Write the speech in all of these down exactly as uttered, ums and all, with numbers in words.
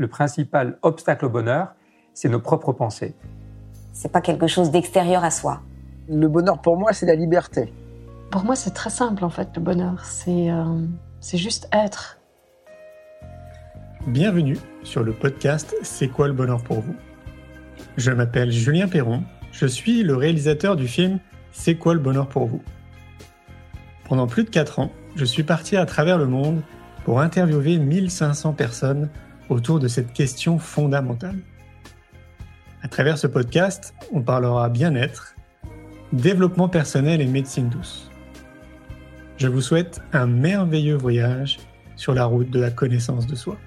le principal obstacle au bonheur, c'est nos propres pensées. C'est pas quelque chose d'extérieur à soi. Le bonheur pour moi, c'est la liberté. Pour moi, c'est très simple en fait, le bonheur. C'est, euh, c'est juste être. Bienvenue sur le podcast C'est quoi le bonheur pour vous ? Je m'appelle Julien Perron, je suis le réalisateur du film C'est quoi le bonheur pour vous ? Pendant plus de quatre ans, je suis parti à travers le monde pour interviewer mille cinq cents personnes autour de cette question fondamentale. À travers ce podcast, on parlera bien-être, développement personnel et médecine douce. Je vous souhaite un merveilleux voyage sur la route de la connaissance de soi.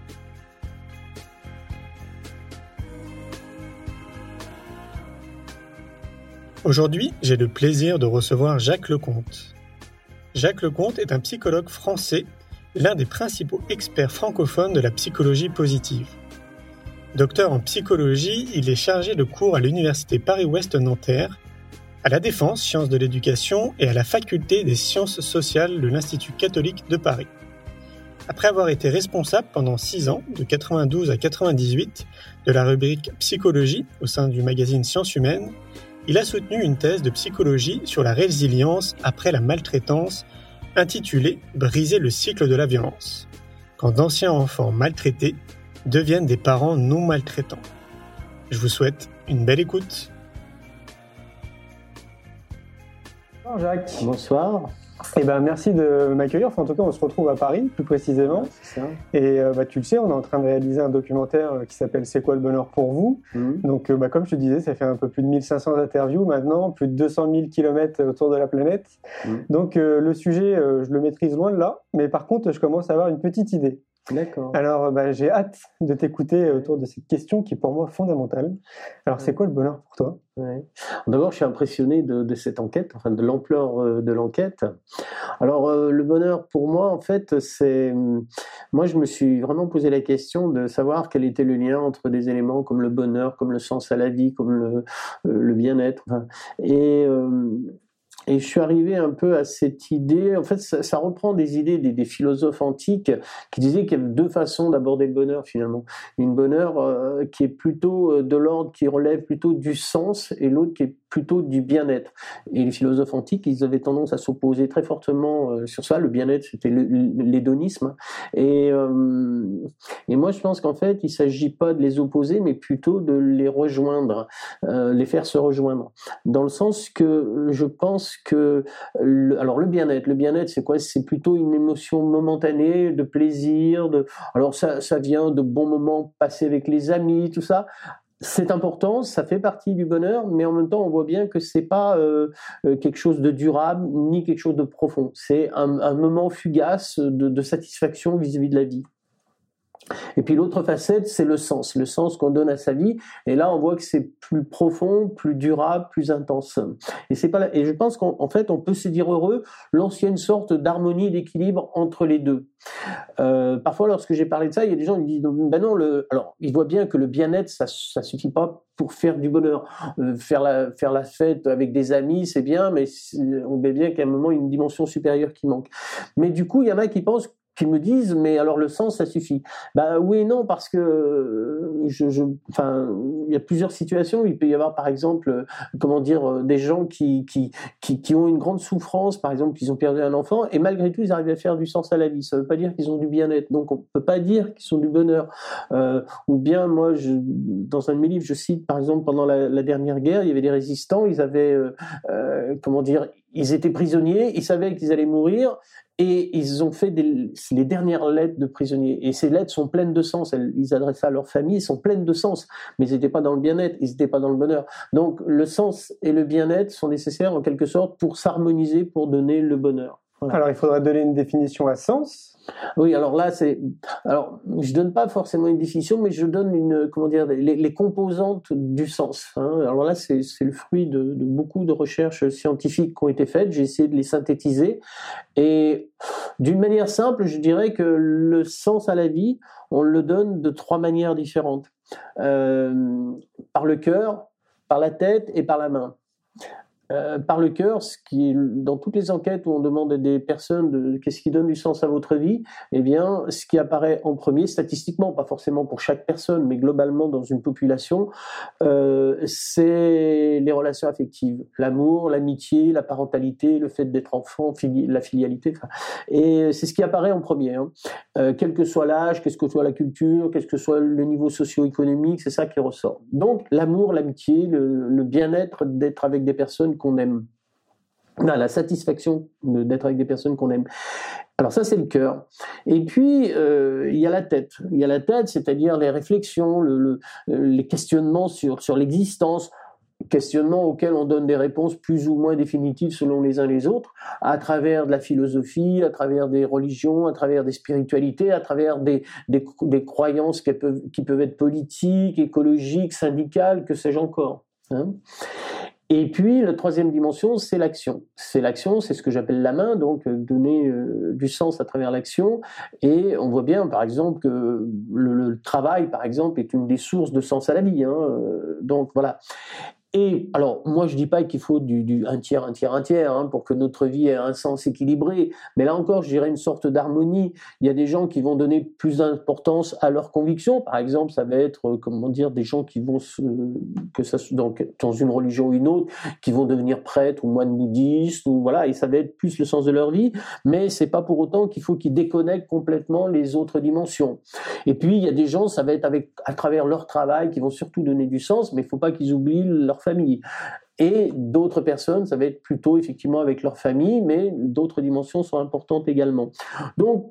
Aujourd'hui, j'ai le plaisir de recevoir Jacques Lecomte. Jacques Lecomte est un psychologue français, l'un des principaux experts francophones de la psychologie positive. Docteur en psychologie, il est chargé de cours à l'université Paris-Ouest Nanterre, à la Défense, sciences de l'éducation et à la faculté des sciences sociales de l'Institut catholique de Paris. Après avoir été responsable pendant six ans, de quatre-vingt-douze à quatre-vingt-dix-huit, de la rubrique psychologie au sein du magazine Sciences humaines, il a soutenu une thèse de psychologie sur la résilience après la maltraitance, intitulée « Briser le cycle de la violence », quand d'anciens enfants maltraités deviennent des parents non maltraitants. Je vous souhaite une belle écoute. Bonjour Jacques. Bonsoir. Eh ben, merci de m'accueillir. Enfin, en tout cas, on se retrouve à Paris, plus précisément. C'est ça. Et euh, bah, tu le sais, on est en train de réaliser un documentaire euh, qui s'appelle « C'est quoi le bonheur pour vous ?» Mmh. Donc, euh, bah, comme je te disais, ça fait un peu plus de mille cinq cents interviews maintenant, plus de deux cent mille kilomètres autour de la planète. Mmh. Donc, euh, le sujet, euh, je le maîtrise loin de là. Mais par contre, je commence à avoir une petite idée. D'accord. Alors, bah, j'ai hâte de t'écouter autour de cette question qui est pour moi fondamentale. Alors, c'est quoi le bonheur pour toi ? Ouais. D'abord, je suis impressionné de, de cette enquête, enfin de l'ampleur euh, de l'enquête. Alors, euh, le bonheur pour moi, en fait, c'est... Moi, je me suis vraiment posé la question de savoir quel était le lien entre des éléments comme le bonheur, comme le sens à la vie, comme le, le bien-être. Enfin, et... Euh, Et je suis arrivé un peu à cette idée, en fait ça, ça reprend des idées des, des philosophes antiques qui disaient qu'il y avait deux façons d'aborder le bonheur finalement. Une bonheur euh, qui est plutôt de l'ordre, qui relève plutôt du sens, et l'autre qui est plutôt du bien-être. Et les philosophes antiques, ils avaient tendance à s'opposer très fortement euh, sur ça. Le bien-être, c'était le, l'hédonisme. Et, euh, et moi je pense qu'en fait il ne s'agit pas de les opposer, mais plutôt de les rejoindre, euh, les faire se rejoindre. Dans le sens que je pense que le, alors le bien-être, le bien-être c'est quoi ? C'est plutôt une émotion momentanée de plaisir, de alors ça ça vient de bons moments passés avec les amis, tout ça. C'est important, ça fait partie du bonheur, mais en même temps on voit bien que c'est pas euh, quelque chose de durable ni quelque chose de profond. C'est un, un moment fugace de, de satisfaction vis-à-vis de la vie. Et puis l'autre facette, c'est le sens, le sens qu'on donne à sa vie. Et là, on voit que c'est plus profond, plus durable, plus intense. Et c'est pas là. Et je pense qu'en en fait, on peut se dire heureux lorsqu'il y a une sorte d'harmonie, d'équilibre entre les deux. Euh, parfois, lorsque j'ai parlé de ça, il y a des gens qui disent ben non. Le... Alors, ils voient bien que le bien-être, ça, ça suffit pas pour faire du bonheur. Euh, faire la faire la fête avec des amis, c'est bien, mais on voit bien qu'à un moment, il y a une dimension supérieure qui manque. Mais du coup, il y en a qui pensent qui me disent mais alors le sens ça suffit. Bah oui et non, parce que je, je enfin il y a plusieurs situations. Il peut y avoir par exemple comment dire des gens qui qui qui qui ont une grande souffrance, par exemple qu'ils ont perdu un enfant et malgré tout ils arrivent à faire du sens à la vie. Ça veut pas dire qu'ils ont du bien-être. Donc on peut pas dire qu'ils sont du bonheur. Euh, ou bien moi je dans un de mes livres je cite par exemple pendant la, la dernière guerre il y avait des résistants, ils avaient euh, euh, comment dire ils étaient prisonniers, ils savaient qu'ils allaient mourir. Et ils ont fait des, les dernières lettres de prisonniers. Et ces lettres sont pleines de sens. Elles, ils adressaient à leur famille, elles sont pleines de sens. Mais ils n'étaient pas dans le bien-être, ils n'étaient pas dans le bonheur. Donc le sens et le bien-être sont nécessaires en quelque sorte pour s'harmoniser, pour donner le bonheur. Voilà. Alors il faudra donner une définition à sens. Oui, alors là, c'est, alors, je donne pas forcément une définition, mais je donne une, comment dire, les, les composantes du sens. Hein. Alors là, c'est, c'est le fruit de, de beaucoup de recherches scientifiques qui ont été faites. J'ai essayé de les synthétiser. Et d'une manière simple, je dirais que le sens à la vie, on le donne de trois manières différentes. Euh, par le cœur, par la tête et par la main. Euh, par le cœur, ce qui est dans toutes les enquêtes où on demande à des personnes de, qu'est-ce qui donne du sens à votre vie, eh bien, ce qui apparaît en premier, statistiquement, pas forcément pour chaque personne, mais globalement dans une population, euh, c'est les relations affectives, l'amour, l'amitié, la parentalité, le fait d'être enfant, fili- la filialité, enfin, et c'est ce qui apparaît en premier. Hein. Euh, quel que soit l'âge, qu'est-ce que soit la culture, qu'est-ce que soit le niveau socio-économique, c'est ça qui ressort. Donc, l'amour, l'amitié, le, le bien-être d'être avec des personnes qu'on aime. Non, la satisfaction d'être avec des personnes qu'on aime. Alors ça, c'est le cœur. Et puis, euh, il y a la tête. Il y a la tête, c'est-à-dire les réflexions, le, le, les questionnements sur, sur l'existence, questionnements auxquels on donne des réponses plus ou moins définitives selon les uns les autres, à travers de la philosophie, à travers des religions, à travers des spiritualités, à travers des, des, des croyances qui peuvent, qui peuvent être politiques, écologiques, syndicales, que sais-je encore. Hein. Et puis, la troisième dimension, c'est l'action. C'est l'action, c'est ce que j'appelle la main, donc euh, donner euh, du sens à travers l'action. Et on voit bien, par exemple, que le, le travail, par exemple, est une des sources de sens à la vie. Hein. Donc, voilà. Et alors, moi, je dis pas qu'il faut du, du un tiers, un tiers, un tiers, hein, pour que notre vie ait un sens équilibré. Mais là encore, je dirais une sorte d'harmonie. Il y a des gens qui vont donner plus d'importance à leurs convictions. Par exemple, ça va être, comment dire, des gens qui vont se, que ça dans, dans une religion ou une autre, qui vont devenir prêtres ou moines bouddhistes, ou voilà, et ça va être plus le sens de leur vie. Mais c'est pas pour autant qu'il faut qu'ils déconnectent complètement les autres dimensions. Et puis, il y a des gens, ça va être avec, à travers leur travail, qui vont surtout donner du sens, mais il faut pas qu'ils oublient leur famille. Et d'autres personnes, ça va être plutôt effectivement avec leur famille, mais d'autres dimensions sont importantes également. Donc,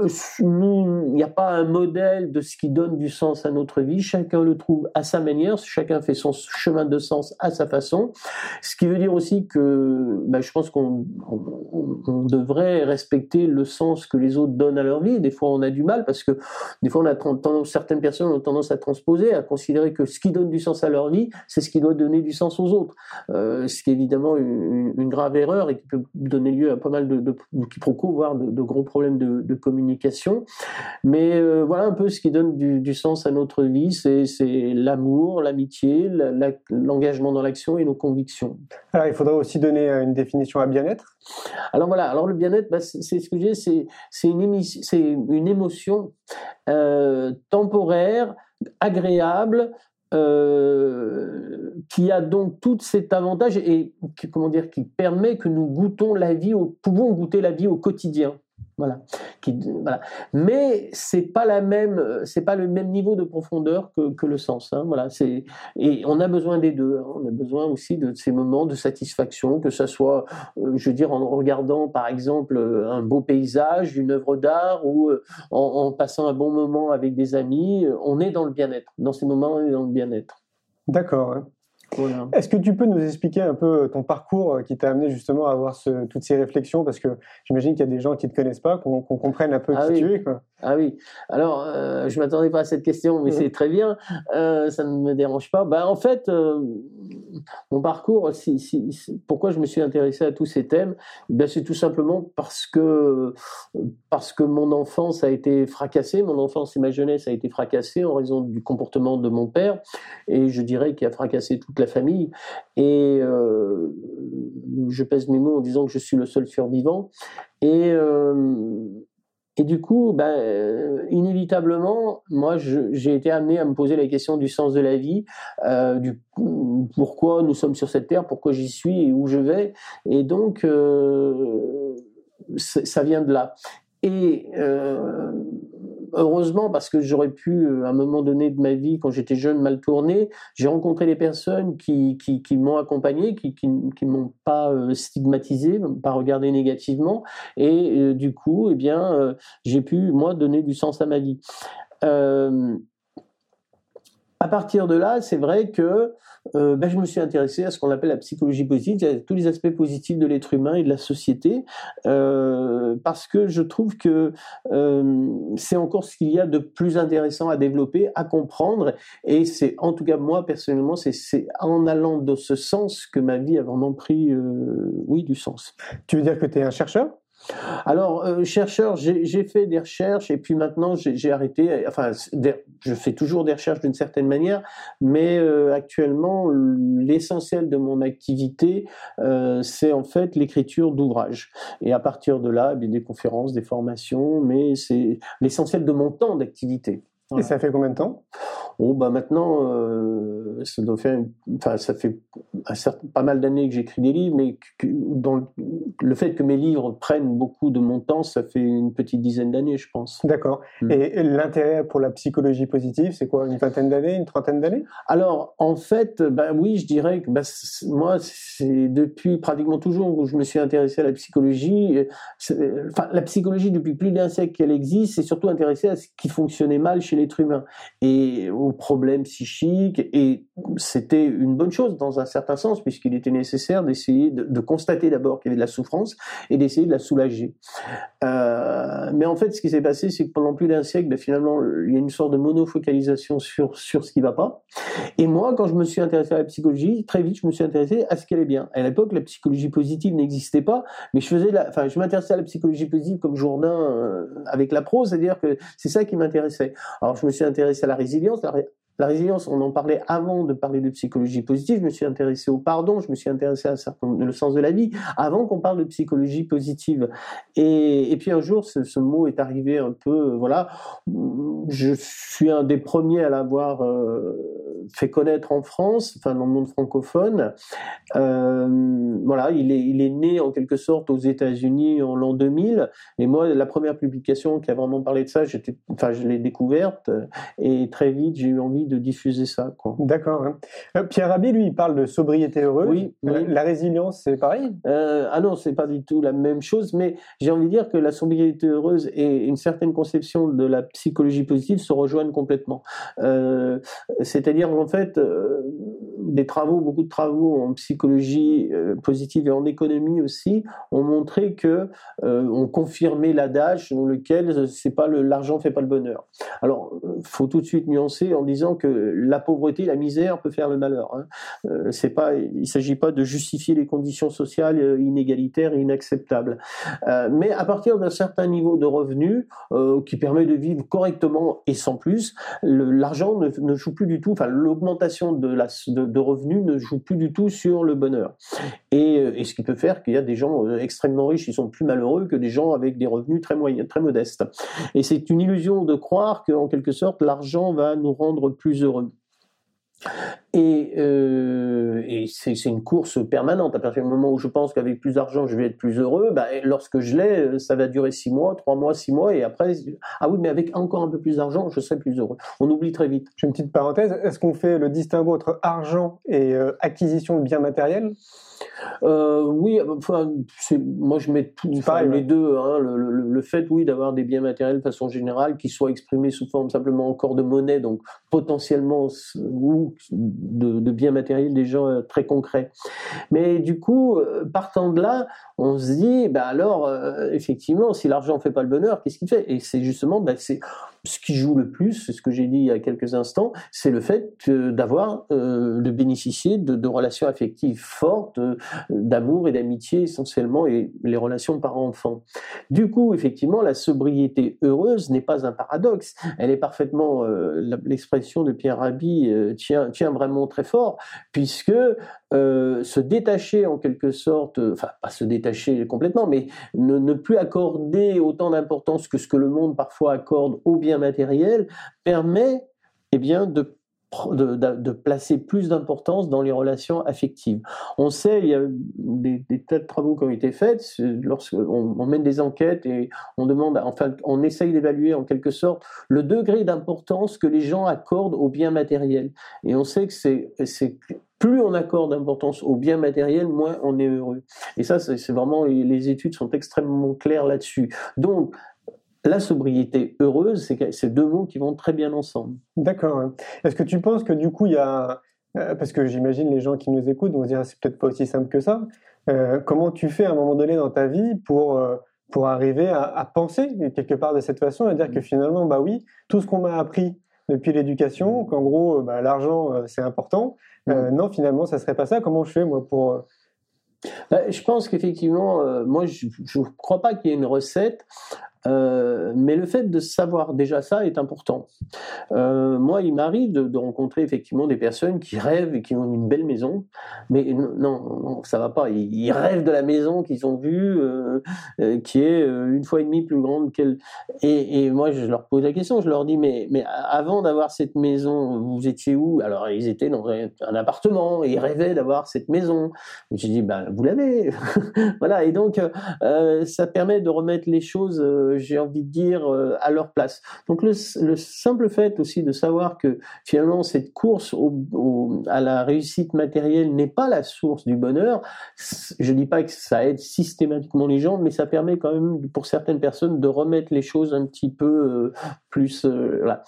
il n'y a pas un modèle de ce qui donne du sens à notre vie, chacun le trouve à sa manière, chacun fait son chemin de sens à sa façon, ce qui veut dire aussi que ben, je pense qu'on on, on devrait respecter le sens que les autres donnent à leur vie. Des fois on a du mal parce que des fois on a tendance, certaines personnes ont tendance à transposer, à considérer que ce qui donne du sens à leur vie, c'est ce qui doit donner du sens aux autres, euh, ce qui est évidemment une, une grave erreur et qui peut donner lieu à pas mal de, de, de quiproquos, voire de, de gros problèmes de, de communication. Mais euh, voilà un peu ce qui donne du, du sens à notre vie, c'est, c'est l'amour, l'amitié, la, la, l'engagement dans l'action et nos convictions. Alors il faudrait aussi donner une définition à bien-être. Alors voilà, alors le bien-être, bah, c'est, c'est ce que je dis, c'est, c'est, une, émission, c'est une émotion euh, temporaire, agréable, Euh, qui a donc tout cet avantage et qui, comment dire, qui permet que nous goûtons la vie, au, pouvons goûter la vie au quotidien. Voilà. Qui, voilà. Mais c'est pas la même, c'est pas le même niveau de profondeur que, que le sens. Hein. Voilà. C'est, et on a besoin des deux. Hein. On a besoin aussi de ces moments de satisfaction, que ça soit, euh, je veux dire, en regardant par exemple un beau paysage, une œuvre d'art, ou euh, en, en passant un bon moment avec des amis. On est dans le bien-être. Dans ces moments, on est dans le bien-être. D'accord. Hein. Voilà. Est-ce que tu peux nous expliquer un peu ton parcours qui t'a amené justement à avoir ce, toutes ces réflexions, parce que j'imagine qu'il y a des gens qui ne te connaissent pas, qu'on, qu'on comprenne un peu ah qui oui. tu es, quoi. Ah oui, alors euh, je ne m'attendais pas à cette question, mais mmh. c'est très bien, euh, ça ne me dérange pas. Bah, en fait, euh, mon parcours, si, si, si, pourquoi je me suis intéressé à tous ces thèmes, ben, c'est tout simplement parce que, parce que mon enfance a été fracassée, mon enfance et ma jeunesse a été fracassée en raison du comportement de mon père, et je dirais qu'il a fracassé toute la famille, et euh, je pèse mes mots en disant que je suis le seul survivant, et... Euh, Et du coup, ben, euh, inévitablement, moi, je, j'ai été amené à me poser la question du sens de la vie, euh, du pourquoi nous sommes sur cette terre, pourquoi j'y suis et où je vais. Et donc, euh, ça vient de là. Et euh, heureusement, parce que j'aurais pu, à un moment donné de ma vie, quand j'étais jeune, mal tourné, j'ai rencontré des personnes qui, qui, qui m'ont accompagné, qui qui, qui m'ont pas stigmatisé, pas regardé négativement, et euh, du coup, eh bien, euh, j'ai pu, moi, donner du sens à ma vie. Euh, À partir de là, c'est vrai que euh, ben, je me suis intéressé à ce qu'on appelle la psychologie positive, à tous les aspects positifs de l'être humain et de la société, euh, parce que je trouve que euh, c'est encore ce qu'il y a de plus intéressant à développer, à comprendre, et c'est, en tout cas moi personnellement, c'est, c'est en allant dans ce sens que ma vie a vraiment pris, euh, oui, du sens. Tu veux dire que tu es un chercheur ? Alors, euh, chercheur, j'ai, j'ai fait des recherches et puis maintenant j'ai, j'ai arrêté. Enfin, des, je fais toujours des recherches d'une certaine manière, mais euh, actuellement, l'essentiel de mon activité, euh, c'est en fait l'écriture d'ouvrages. Et à partir de là, eh bien, des conférences, des formations, mais c'est l'essentiel de mon temps d'activité. Voilà. Et ça fait combien de temps ? Oh, bah maintenant, euh, ça doit faire, une, enfin, ça fait un certain, pas mal d'années que j'écris des livres, mais que, dans le, le fait que mes livres prennent beaucoup de mon temps, ça fait une petite dizaine d'années, je pense. D'accord. Mmh. Et, et l'intérêt pour la psychologie positive, c'est quoi ? Une vingtaine d'années, une trentaine d'années ? Alors, en fait, bah oui, je dirais que bah, c'est, moi, c'est depuis pratiquement toujours où je me suis intéressé à la psychologie. Enfin, la psychologie, depuis plus d'un siècle qu'elle existe, c'est surtout intéressée à ce qui fonctionnait mal chez l'être humain et aux problèmes psychiques, et c'était une bonne chose dans un certain sens, puisqu'il était nécessaire d'essayer de, de constater d'abord qu'il y avait de la souffrance et d'essayer de la soulager. Euh, mais en fait, ce qui s'est passé, c'est que pendant plus d'un siècle, ben, finalement, il y a une sorte de monofocalisation sur, sur ce qui ne va pas. Et moi, quand je me suis intéressé à la psychologie, très vite, je me suis intéressé à ce qui allait bien. À l'époque, la psychologie positive n'existait pas, mais je faisais la, enfin, je m'intéressais à la psychologie positive comme Jourdain euh, avec la prose, c'est-à-dire que c'est ça qui m'intéressait. Alors, je me suis intéressé à la résilience. La, ré... la résilience, on en parlait avant de parler de psychologie positive. Je me suis intéressé au pardon, je me suis intéressé à ça, le sens de la vie, avant qu'on parle de psychologie positive. Et, et puis un jour, ce, ce mot est arrivé un peu, euh, voilà. Je suis un des premiers à l'avoir euh, fait connaître en France, enfin dans le monde francophone. Euh, voilà, il est, il est né en quelque sorte aux États-Unis en l'an deux mille. Et moi, la première publication qui a vraiment parlé de ça, j'étais, enfin, je l'ai découverte. Et très vite, j'ai eu envie de diffuser ça, quoi. D'accord. Hein. Euh, Pierre Rabhi, lui, il parle de sobriété heureuse. Oui, oui. La, la résilience, c'est pareil ? euh, Ah non, c'est pas du tout la même chose, mais j'ai envie de dire que la sobriété heureuse et une certaine conception de la psychologie positive se rejoignent complètement. Euh, c'est-à-dire, en fait, euh, des travaux, beaucoup de travaux en psychologie euh, positive et en économie aussi, ont montré que, euh, ont confirmé l'adage selon lequel c'est pas le, l'argent fait pas le bonheur. Alors, faut tout de suite nuancer en disant que la pauvreté, la misère peut faire le malheur. Hein. Euh, c'est pas, il s'agit pas de justifier les conditions sociales inégalitaires et inacceptables. Euh, mais à partir d'un certain niveau de revenus euh, qui permet de vivre correctement et sans plus, le, l'argent ne, ne joue plus du tout. Enfin, l'augmentation de, la, de, de revenus ne joue plus du tout sur le bonheur. Et, et ce qui peut faire qu'il y a des gens extrêmement riches qui sont plus malheureux que des gens avec des revenus très moyens, très modestes. Et c'est une illusion de croire qu'en quelque sorte l'argent va nous rendre plus heureux. Et, euh, et c'est, c'est une course permanente. À partir du moment où je pense qu'avec plus d'argent, je vais être plus heureux, bah, lorsque je l'ai, ça va durer six mois, trois mois, six mois, et après, ah oui, mais avec encore un peu plus d'argent, je serai plus heureux. On oublie très vite. J'ai une petite parenthèse. Est-ce qu'on fait le distinguo entre argent et euh, acquisition de biens matériels ? Euh, oui, enfin, c'est, moi je mets tout, enfin, pareil, les ouais. deux. Hein, le, le, le fait, oui, d'avoir des biens matériels de façon générale qui soient exprimés sous forme simplement encore de monnaie, donc potentiellement ou de, de biens matériels déjà euh, très concrets. Mais du coup, euh, partant de là, on se dit, bah alors, euh, effectivement, si l'argent fait pas le bonheur, qu'est-ce qu'il fait ? Et c'est justement, bah, c'est ce qui joue le plus, c'est ce que j'ai dit il y a quelques instants, c'est le fait euh, d'avoir, euh, de bénéficier de, de relations affectives fortes, euh, d'amour et d'amitié essentiellement, et les relations parents-enfants. Du coup, effectivement, la sobriété heureuse n'est pas un paradoxe. Elle est parfaitement, euh, l'expression de Pierre Rabhi euh, tient, tient vraiment très fort, puisque euh, se détacher en quelque sorte, euh, enfin pas se détacher complètement, mais ne, ne plus accorder autant d'importance que ce que le monde parfois accorde aux biens matériels, permet eh bien, de De, de, de placer plus d'importance dans les relations affectives. On sait, il y a des, des tas de travaux qui ont été faits, lorsqu'on on mène des enquêtes et on demande, enfin, on essaye d'évaluer en quelque sorte le degré d'importance que les gens accordent aux biens matériels. Et on sait que c'est, c'est plus on accorde d'importance aux biens matériels, moins on est heureux. Et ça, c'est, c'est vraiment, les études sont extrêmement claires là-dessus. Donc, la sobriété heureuse, c'est, c'est deux mots qui vont très bien ensemble. D'accord. Est-ce que tu penses que du coup, il y a... Euh, parce que j'imagine les gens qui nous écoutent vont se dire, c'est peut-être pas aussi simple que ça. Euh, comment tu fais à un moment donné dans ta vie pour, euh, pour arriver à, à penser quelque part de cette façon, à dire que finalement, bah oui, tout ce qu'on m'a appris depuis l'éducation, qu'en gros, bah, l'argent, euh, c'est important. Euh, non, finalement, ça serait pas ça. Comment je fais, moi, pour... Ben, je pense qu'effectivement, euh, moi, je ne crois pas qu'il y ait une recette. Euh, mais le fait de savoir déjà ça est important. Euh, moi, il m'arrive de, de rencontrer effectivement des personnes qui rêvent et qui ont une belle maison, mais non, non ça va pas. Ils, ils rêvent de la maison qu'ils ont vue, euh, euh, qui est euh, une fois et demie plus grande qu'elle. Et, et moi, je leur pose la question, je leur dis, mais, mais avant d'avoir cette maison, vous étiez où? Alors, ils étaient dans un, un appartement et ils rêvaient d'avoir cette maison. J'ai dit, ben, vous l'avez. Voilà. Et donc, euh, ça permet de remettre les choses. Euh, j'ai envie de dire, euh, à leur place. Donc le, le simple fait aussi de savoir que finalement cette course au, au, à la réussite matérielle n'est pas la source du bonheur, je dis pas que ça aide systématiquement les gens, mais ça permet quand même pour certaines personnes de remettre les choses un petit peu euh, plus, euh, voilà,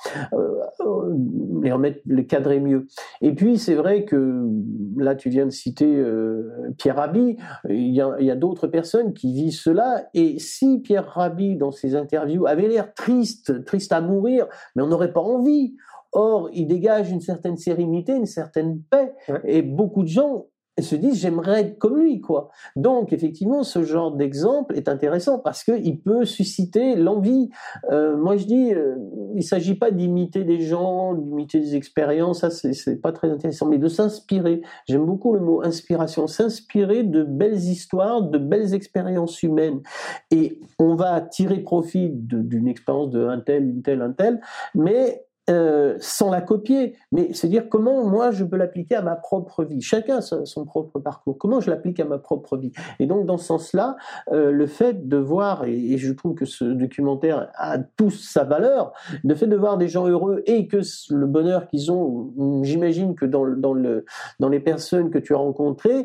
euh, les remettre, le cadrer mieux. Et puis c'est vrai que là tu viens de citer euh, Pierre Rabhi, il y a, il y a d'autres personnes qui vivent cela, et si Pierre Rabhi dans ses interviews avait l'air triste, triste à mourir, mais on n'aurait pas envie. Or, il dégage une certaine sérénité, une certaine paix, ouais. Et beaucoup de gens se disent j'aimerais être comme lui, quoi. Donc effectivement, ce genre d'exemple est intéressant parce que il peut susciter l'envie. Euh, moi, je dis, euh, il s'agit pas d'imiter des gens, d'imiter des expériences, ça c'est, c'est pas très intéressant, mais de s'inspirer. J'aime beaucoup le mot inspiration, s'inspirer de belles histoires, de belles expériences humaines. Et on va tirer profit de, d'une expérience de un tel, une telle, un tel, mais Euh, sans la copier, mais se dire comment moi je peux l'appliquer à ma propre vie. Chacun a son, son propre parcours. Comment je l'applique à ma propre vie? Et donc dans ce sens-là, euh, le fait de voir, et, et je trouve que ce documentaire a tout sa valeur, le fait de voir des gens heureux et que le bonheur qu'ils ont, j'imagine que dans, dans, le, dans les personnes que tu as rencontrées,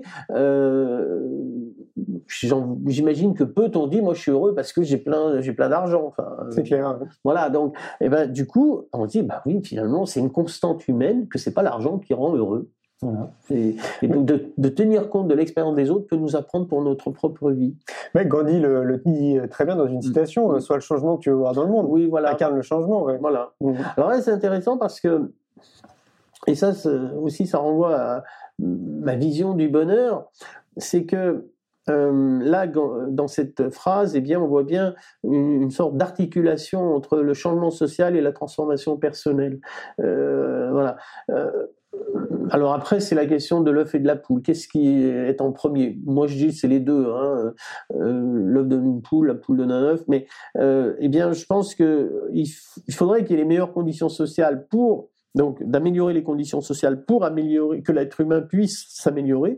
euh, j'imagine que peu t'ont dit moi je suis heureux parce que j'ai plein, j'ai plein d'argent. Enfin, c'est clair. Hein. Voilà, donc et ben, du coup, on dit bah oui, finalement, c'est une constante humaine que c'est pas l'argent qui rend heureux. Voilà. Et, et donc de, de tenir compte de l'expérience des autres peut nous apprendre pour notre propre vie. Mais Gandhi le, le dit très bien dans une citation, mmh. Sois le changement que tu veux voir dans le monde. Oui, voilà. Incarne le changement. Ouais. Voilà. Mmh. Alors là, c'est intéressant parce que, et ça aussi, ça renvoie à ma vision du bonheur, c'est que Euh, là, dans cette phrase, eh bien, on voit bien une, une sorte d'articulation entre le changement social et la transformation personnelle. Euh, voilà. Euh, alors après, c'est la question de l'œuf et de la poule. Qu'est-ce qui est en premier? Moi, je dis c'est les deux. Hein. Euh, l'œuf donne une poule, la poule donne un œuf. Mais euh, eh bien, je pense que il, f- il faudrait qu'il y ait les meilleures conditions sociales pour donc d'améliorer les conditions sociales pour améliorer que l'être humain puisse s'améliorer.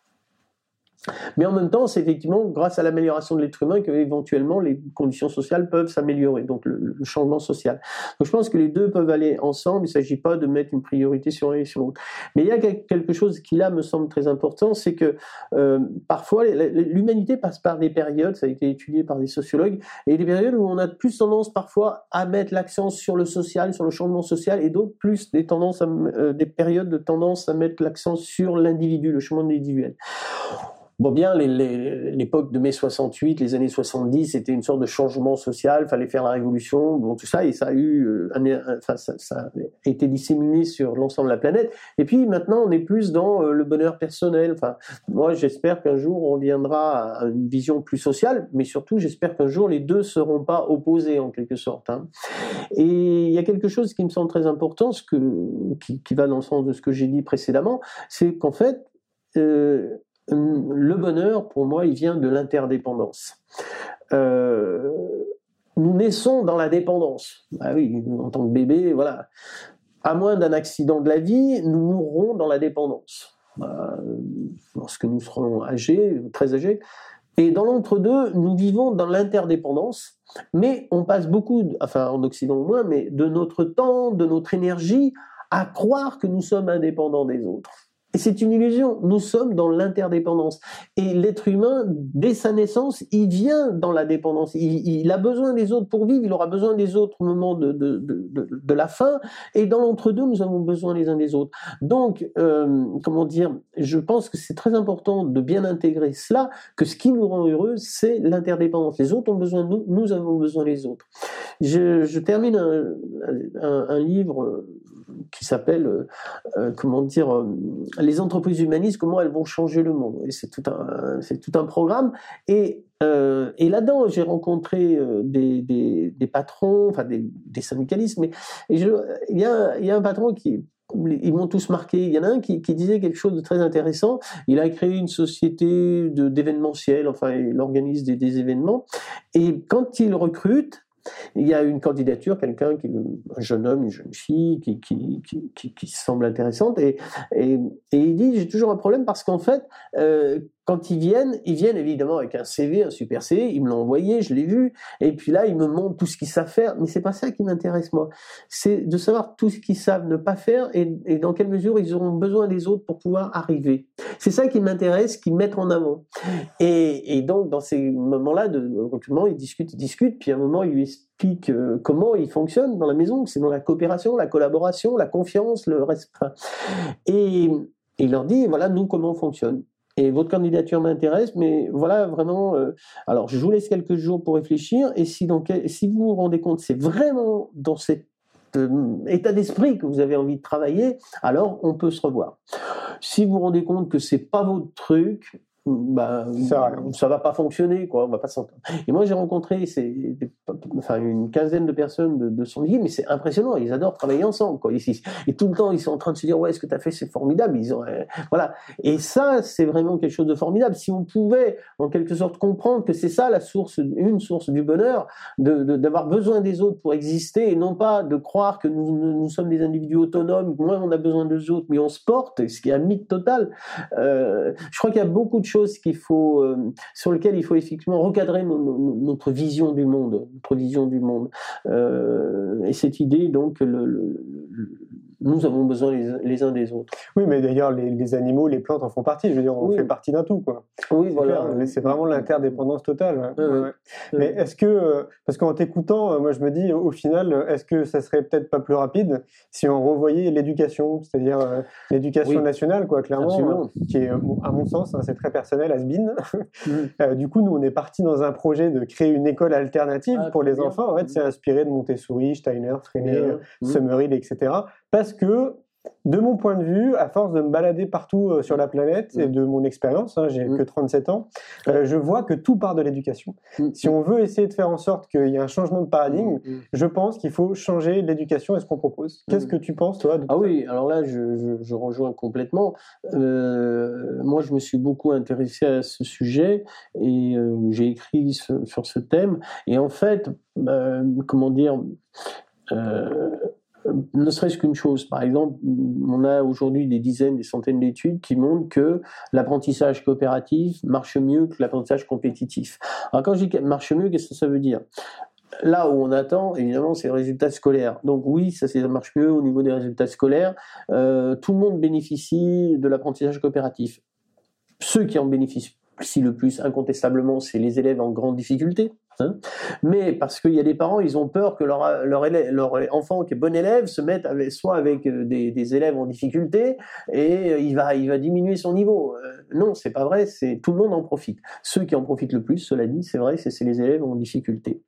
Mais en même temps, c'est effectivement grâce à l'amélioration de l'être humain que éventuellement les conditions sociales peuvent s'améliorer, donc le, le changement social. Donc je pense que les deux peuvent aller ensemble, il ne s'agit pas de mettre une priorité sur l'un et sur l'autre. Mais il y a quelque chose qui là me semble très important, c'est que euh, parfois l'humanité passe par des périodes, ça a été étudié par des sociologues, et des périodes où on a plus tendance parfois à mettre l'accent sur le social, sur le changement social, et d'autres plus des, tendances à, euh, des périodes de tendance à mettre l'accent sur l'individu, le changement individuel. Bon, bien, les, les, l'époque de mai soixante-huit, les années soixante-dix, c'était une sorte de changement social, fallait faire la révolution, bon, tout ça, et ça a eu, euh, un, enfin, ça, ça a été disséminé sur l'ensemble de la planète. Et puis, maintenant, on est plus dans euh, le bonheur personnel. Enfin, moi, j'espère qu'un jour, on reviendra à une vision plus sociale, mais surtout, j'espère qu'un jour, les deux seront pas opposés, en quelque sorte. Hein. Et il y a quelque chose qui me semble très important, ce que, qui, qui va dans le sens de ce que j'ai dit précédemment, c'est qu'en fait, euh, le bonheur, pour moi, il vient de l'interdépendance. Euh, nous naissons dans la dépendance. Ah oui, en tant que bébé, voilà. À moins d'un accident de la vie, nous mourrons dans la dépendance. Euh, lorsque nous serons âgés, très âgés. Et dans l'entre-deux, nous vivons dans l'interdépendance, mais on passe beaucoup, de, enfin en Occident au moins, mais de notre temps, de notre énergie, à croire que nous sommes indépendants des autres. Et c'est une illusion, nous sommes dans l'interdépendance. Et l'être humain, dès sa naissance, il vient dans la dépendance. Il, il a besoin des autres pour vivre, il aura besoin des autres au moment de, de, de, de, de la fin. Et dans l'entre-deux, nous avons besoin les uns des autres. Donc, euh, comment dire, je pense que c'est très important de bien intégrer cela, que ce qui nous rend heureux, c'est l'interdépendance. Les autres ont besoin de nous, nous avons besoin des autres. Je, je termine un, un, un livre qui s'appelle, euh, euh, comment dire, euh, les entreprises humanistes, comment elles vont changer le monde. Et c'est tout un, c'est tout un programme. Et Euh, et là-dedans, j'ai rencontré euh, des, des, des patrons, enfin des, des syndicalistes, mais il y a, y a un patron qui, ils m'ont tous marqué. Il y en a un qui, qui disait quelque chose de très intéressant. Il a créé une société de, d'événementiel, enfin, il organise des, des événements. Et quand il recrute, il y a une candidature, quelqu'un, qui, un jeune homme, une jeune fille, qui, qui, qui, qui, qui semble intéressante, et, et, et il dit, j'ai toujours un problème parce qu'en fait, euh, quand ils viennent, ils viennent évidemment avec un C V, un super C V, ils me l'ont envoyé, je l'ai vu, et puis là, ils me montrent tout ce qu'ils savent faire, mais c'est pas ça qui m'intéresse, moi. C'est de savoir tout ce qu'ils savent ne pas faire et, et dans quelle mesure ils auront besoin des autres pour pouvoir arriver. C'est ça qui m'intéresse, qu'ils mettent en avant. Et, et donc, dans ces moments-là de recrutement, ils discutent, ils discutent, puis à un moment, ils lui expliquent euh, comment ils fonctionnent dans la maison, c'est dans la coopération, la collaboration, la confiance, le respect. Et, et il leur dit, voilà, nous, comment on fonctionne. Et votre candidature m'intéresse, mais voilà vraiment. Euh, alors, je vous laisse quelques jours pour réfléchir. Et si, donc, si vous vous rendez compte, c'est vraiment dans cet euh, état d'esprit que vous avez envie de travailler, alors on peut se revoir. Si vous vous rendez compte que c'est pas votre truc, bah, ça, ça va pas fonctionner, quoi. On va pas s'entendre. Et moi, j'ai rencontré ces, des, enfin, une quinzaine de personnes de, de son équipe, mais c'est impressionnant. Ils adorent travailler ensemble, quoi. Et, et tout le temps, ils sont en train de se dire, ouais, ce que tu as fait, c'est formidable. Ils ont, euh, voilà. Et ça, c'est vraiment quelque chose de formidable. Si on pouvait, en quelque sorte, comprendre que c'est ça la source, une source du bonheur, de, de, d'avoir besoin des autres pour exister, et non pas de croire que nous, nous, nous sommes des individus autonomes, moins on a besoin des autres, mais on se porte, ce qui est un mythe total. Euh, je crois qu'il y a beaucoup de choses qu'il faut, euh, sur lesquelles il faut effectivement recadrer no, no, notre vision du monde, notre vision du monde. Euh, et cette idée, donc, le, le, le, nous avons besoin les, les uns des autres. Oui, mais d'ailleurs, les, les animaux, les plantes en font partie. Je veux dire, on oui. fait partie d'un tout, quoi. Oui, c'est voilà. Clair, c'est vraiment l'interdépendance totale. Ouais. Euh, ouais. Euh, mais est-ce que, parce qu'en t'écoutant, moi, je me dis, au final, est-ce que ça serait peut-être pas plus rapide si on revoyait l'éducation, c'est-à-dire euh, l'éducation oui. nationale, quoi, clairement, euh, qui est, à mon sens, hein, c'est très personnel, has-been. mm. euh, du coup, nous, on est parti dans un projet de créer une école alternative ah, pour les bien. enfants. En fait, mm. c'est inspiré de Montessori, Steiner, Freinet, mm. Summerhill, et cetera. Parce que, de mon point de vue, à force de me balader partout euh, sur la planète mmh. et de mon expérience, hein, j'ai mmh. que trente-sept ans, euh, je vois que tout part de l'éducation. Mmh. Si on veut essayer de faire en sorte qu'il y ait un changement de paradigme, mmh. je pense qu'il faut changer l'éducation et ce qu'on propose. Qu'est-ce mmh. que tu penses, toi de Ah oui, alors là, je, je, je rejoins complètement. Euh, moi, je me suis beaucoup intéressé à ce sujet et euh, j'ai écrit ce, sur ce thème. Et en fait, euh, comment dire... Euh, ne serait-ce qu'une chose, par exemple, on a aujourd'hui des dizaines, des centaines d'études qui montrent que l'apprentissage coopératif marche mieux que l'apprentissage compétitif. Alors quand je dis marche mieux, qu'est-ce que ça veut dire ? Là où on attend, évidemment, c'est les résultats scolaires. Donc oui, ça, ça marche mieux au niveau des résultats scolaires. Euh, tout le monde bénéficie de l'apprentissage coopératif. Ceux qui en bénéficient le plus, incontestablement, c'est les élèves en grande difficulté. Hein, mais parce qu'il y a des parents, ils ont peur que leur, leur, élève, leur enfant qui est bon élève se mette avec, soit avec des, des élèves en difficulté et il va, il va diminuer son niveau. Euh, non, c'est pas vrai, c'est, tout le monde en profite. Ceux qui en profitent le plus, cela dit, c'est vrai, c'est, c'est les élèves en difficulté.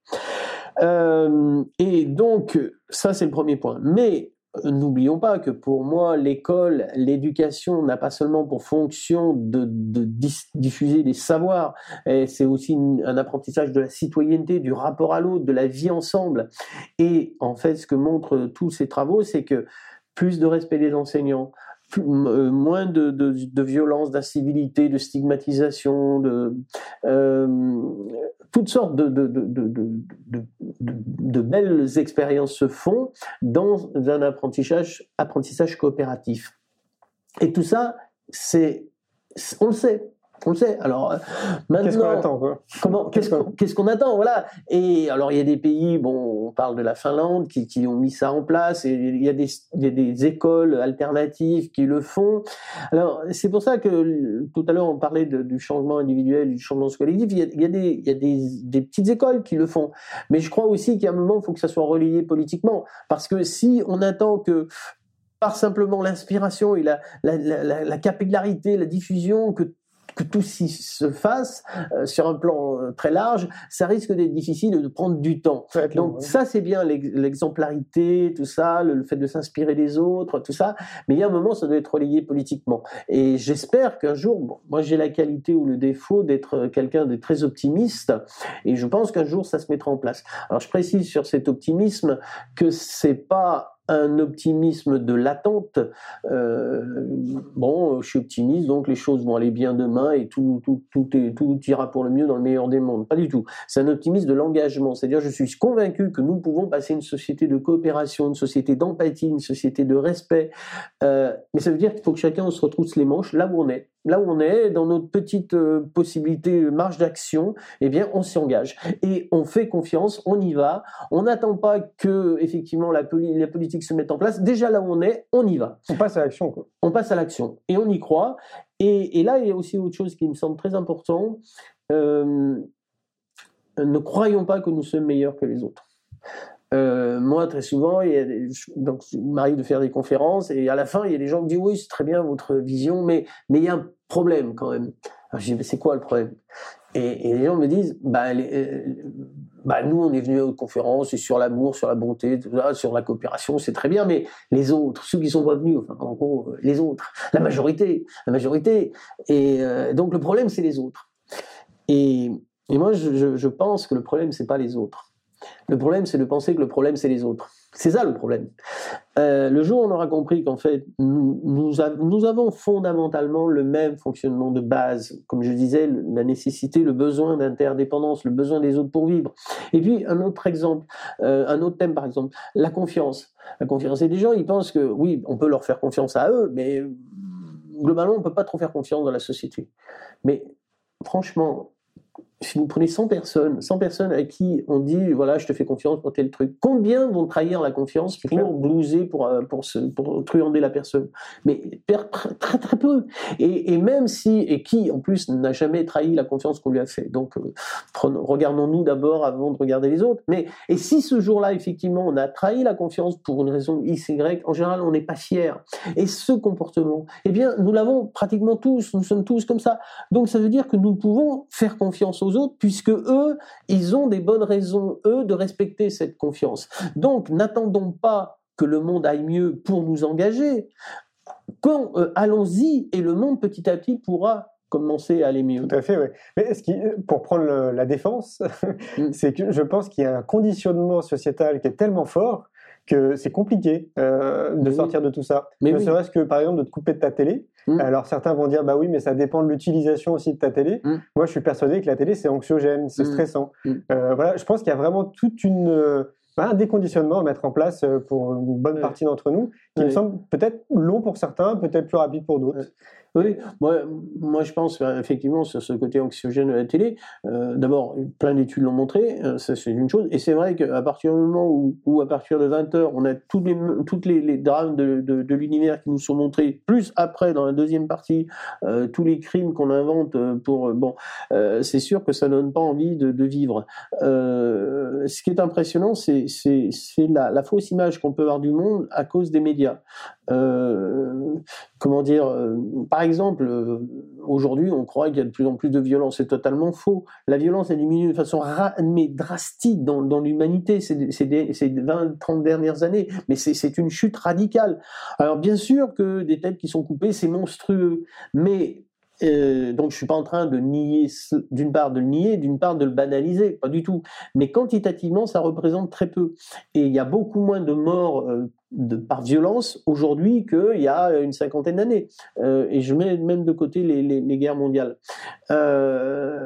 Euh, et donc, ça c'est le premier point. Mais n'oublions pas que pour moi, l'école, l'éducation n'a pas seulement pour fonction de, de dis, diffuser des savoirs, et c'est aussi une, un apprentissage de la citoyenneté, du rapport à l'autre, de la vie ensemble. Et en fait, ce que montrent tous ces travaux, c'est que plus de respect des enseignants, plus, euh, moins de, de, de violence, d'incivilité, de stigmatisation, de... Euh, toutes sortes de, de, de, de, de, de, de, de belles expériences se font dans un apprentissage, apprentissage coopératif. Et tout ça, c'est, on le sait. On le sait. Alors maintenant, qu'est-ce qu'on attend, quoi comment, qu'est-ce, qu'on, qu'est-ce qu'on attend, voilà. Et alors il y a des pays, bon, on parle de la Finlande, qui, qui ont mis ça en place. Et il y a des, il y a des écoles alternatives qui le font. Alors c'est pour ça que tout à l'heure on parlait de, du changement individuel, du changement collectif. Il y a, il y a des, il y a des, des petites écoles qui le font. Mais je crois aussi qu'à un moment, il faut que ça soit relayé politiquement, parce que si on attend que par simplement l'inspiration et la, la, la, la capillarité, la diffusion, que que tout s'y se fasse euh, sur un plan euh, très large, ça risque d'être difficile de prendre du temps. Donc long, ça, ouais. c'est bien l'exemplarité, tout ça, le, le fait de s'inspirer des autres, tout ça, mais il y a un moment, ça doit être relayé politiquement. Et j'espère qu'un jour, bon, moi j'ai la qualité ou le défaut d'être quelqu'un de très optimiste, et je pense qu'un jour ça se mettra en place. Alors je précise sur cet optimisme que c'est pas un optimisme de l'attente. Euh, bon, je suis optimiste, donc les choses vont aller bien demain et tout, tout, tout, est, tout ira pour le mieux dans le meilleur des mondes. Pas du tout. C'est un optimisme de l'engagement. C'est-à-dire, je suis convaincu que nous pouvons passer une société de coopération, une société d'empathie, une société de respect. Euh, mais ça veut dire qu'il faut que chacun se retrousse les manches là où on est. Là où on est, dans notre petite euh, possibilité, marge d'action, eh bien, on s'y engage. Et on fait confiance, on y va. On n'attend pas que, effectivement, la, poli- la politique se mette en place. Déjà là où on est, on y va. On passe à l'action, quoi. On passe à l'action. Et on y croit. Et, et là, il y a aussi autre chose qui me semble très important. Euh, ne croyons pas que nous sommes meilleurs que les autres. Euh, moi, très souvent, il y a des, donc, il m'arrive de faire des conférences et à la fin, il y a des gens qui me disent « Oui, c'est très bien votre vision, mais, mais il y a un problème quand même. » Alors, je dis « Mais c'est quoi le problème ?» et, et les gens me disent bah, les, euh, bah, nous, on est venus aux conférences c'est sur l'amour, sur la bonté, tout ça, sur la coopération, c'est très bien, mais les autres, ceux qui sont pas venus, enfin, en gros, les autres, la majorité, la majorité. Et euh, donc, le problème, c'est les autres. Et, et moi, je, je, je pense que le problème, c'est pas les autres. Le problème, c'est de penser que le problème, c'est les autres. C'est ça le problème. Euh, le jour où on aura compris qu'en fait, nous, nous, av- nous avons fondamentalement le même fonctionnement de base, comme je disais, le, la nécessité, le besoin d'interdépendance, le besoin des autres pour vivre. Et puis, un autre exemple, euh, un autre thème par exemple, la confiance. La confiance. Et des gens, ils pensent que, oui, on peut leur faire confiance à eux, mais globalement, on ne peut pas trop faire confiance dans la société. Mais franchement, si vous prenez cent personnes, cent personnes à qui on dit voilà, je te fais confiance pour tel truc, combien vont trahir la confiance pour blouser, pour, pour, se, pour truander la personne? Mais très, très très peu. Et, et même si, et qui en plus n'a jamais trahi la confiance qu'on lui a fait. Donc euh, prenons, regardons-nous d'abord avant de regarder les autres. Mais et si ce jour-là, effectivement, on a trahi la confiance pour une raison X, Y, en général, on n'est pas fier. Et ce comportement, eh bien, nous l'avons pratiquement tous, nous sommes tous comme ça. Donc ça veut dire que nous pouvons faire confiance aux autres, puisque eux, ils ont des bonnes raisons, eux, de respecter cette confiance. Donc, n'attendons pas que le monde aille mieux pour nous engager. Quand, euh, allons-y, et le monde, petit à petit, pourra commencer à aller mieux. Tout à fait, oui. Mais ce qui, pour prendre le, la défense, mm. c'est que je pense qu'il y a un conditionnement sociétal qui est tellement fort que c'est compliqué euh, de oui. sortir de tout ça. Mais ne oui. serait-ce que, par exemple, de te couper de ta télé. Mmh. Alors, certains vont dire, bah oui, mais ça dépend de l'utilisation aussi de ta télé. Mmh. Moi, je suis persuadé que la télé, c'est anxiogène, c'est mmh. stressant. Mmh. Euh, voilà, je pense qu'il y a vraiment toute une... Euh, un déconditionnement à mettre en place pour une bonne oui. partie d'entre nous, qui oui. me semble peut-être long pour certains, peut-être plus rapide pour d'autres. Oui, moi, moi je pense effectivement sur ce côté anxiogène de la télé, euh, d'abord, plein d'études l'ont montré, euh, ça c'est une chose, et c'est vrai qu'à partir du moment où, où à partir de vingt heures, on a toutes les, toutes les, les drames de, de, de l'univers qui nous sont montrés, plus après, dans la deuxième partie, euh, tous les crimes qu'on invente pour... Euh, bon, euh, c'est sûr que ça donne pas envie de, de vivre. Euh, ce qui est impressionnant, c'est, c'est, c'est la, la fausse image qu'on peut avoir du monde à cause des médias. Euh, comment dire, euh, par exemple, euh, aujourd'hui, on croit qu'il y a de plus en plus de violence. C'est totalement faux. La violence a diminué de façon ra- mais drastique dans, dans l'humanité ces, ces, ces vingt trente dernières années. Mais c'est, c'est une chute radicale. Alors, bien sûr que des têtes qui sont coupées, c'est monstrueux. Mais Euh, donc je suis pas en train de nier, d'une part de le nier, d'une part de le banaliser, pas du tout. Mais quantitativement, ça représente très peu. Et il y a beaucoup moins de morts euh, de, par violence aujourd'hui qu'il y a une cinquantaine d'années. Euh, et je mets même de côté les, les, les guerres mondiales. Euh,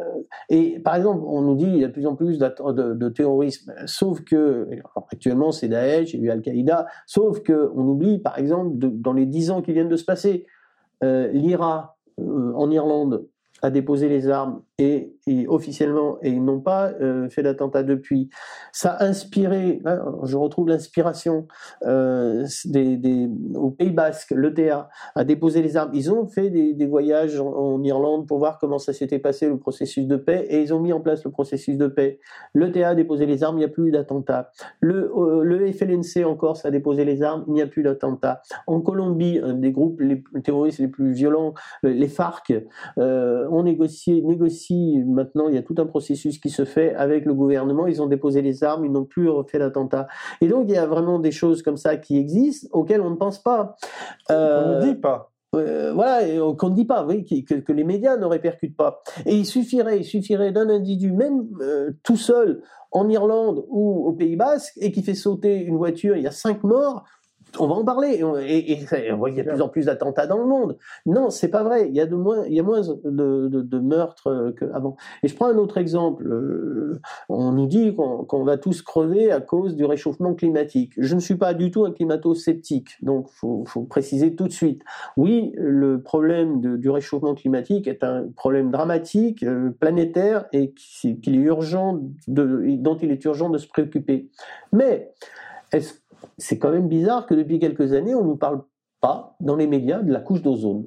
et par exemple, on nous dit qu'il y a de plus en plus de, de, de terrorisme, sauf que, alors actuellement c'est Daesh, il y a eu Al-Qaïda, sauf qu'on oublie par exemple, de, dans les dix ans qui viennent de se passer, euh, l'I R A, Euh, en Irlande, a déposé les armes et, et officiellement, et ils n'ont pas euh, fait d'attentat depuis. Ça a inspiré, hein, je retrouve l'inspiration euh, des, des, au Pays Basque, l'E T A a déposé les armes. Ils ont fait des, des voyages en, en Irlande pour voir comment ça s'était passé, le processus de paix, et ils ont mis en place le processus de paix. L'E T A a déposé les armes, il n'y a plus eu d'attentat. Le, euh, le F L N C en Corse a déposé les armes, il n'y a plus d'attentat. En Colombie, un des groupes les terroristes les plus violents, les FARC, euh, ont négocié, négocié maintenant, il y a tout un processus qui se fait avec le gouvernement, ils ont déposé les armes, ils n'ont plus refait d'attentat. Et donc, il y a vraiment des choses comme ça qui existent, auxquelles on ne pense pas. Euh, on ne dit pas. Euh, voilà, et qu'on ne dit pas, oui, que, que les médias ne répercutent pas. Et il suffirait, il suffirait d'un individu, même euh, tout seul, en Irlande ou au Pays Basque, et qui fait sauter une voiture, il y a cinq morts, on va en parler. Et, et, et on voit qu'il y a de plus en plus d'attentats dans le monde. Non, c'est pas vrai. Il y a de moins, il y a moins de, de, de meurtres qu'avant. Et je prends un autre exemple. Euh, on nous dit qu'on, qu'on va tous crever à cause du réchauffement climatique. Je ne suis pas du tout un climato-sceptique. Donc, faut, faut préciser tout de suite. Oui, le problème de, du réchauffement climatique est un problème dramatique, euh, planétaire, et qu'il est urgent de, dont il est urgent de se préoccuper. Mais est-ce c'est quand même bizarre que depuis quelques années, on ne nous parle pas, dans les médias, de la couche d'ozone.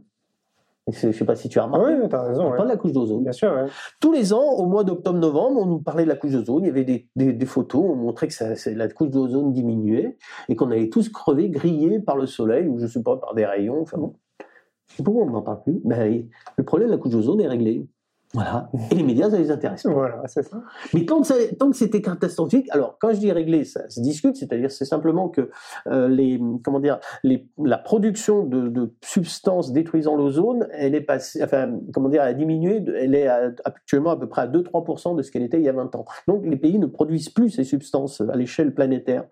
Je ne sais pas si tu as remarqué. Oui, tu as raison. On ouais. parle de la couche d'ozone. Bien sûr, ouais. Tous les ans, au mois d'octobre-novembre, on nous parlait de la couche d'ozone. Il y avait des, des, des photos, on montrait que ça, c'est, la couche d'ozone diminuait et qu'on allait tous crever, grillés par le soleil, ou je ne sais pas, par des rayons. Enfin bon. Pourquoi on n'en parle plus? Ben, le problème de la couche d'ozone est réglé. Voilà. Et les médias, ça les intéresse. Voilà, c'est ça. Mais tant que, ça, tant que c'était catastrophique, alors quand je dis réglé, ça se discute, c'est-à-dire c'est simplement que euh, les, comment dire, les, la production de, de substances détruisant l'ozone, elle est passée, enfin, comment dire, elle a diminué, elle est à, actuellement à peu près à deux à trois pour cent de ce qu'elle était il y a vingt ans. Donc les pays ne produisent plus ces substances à l'échelle planétaire.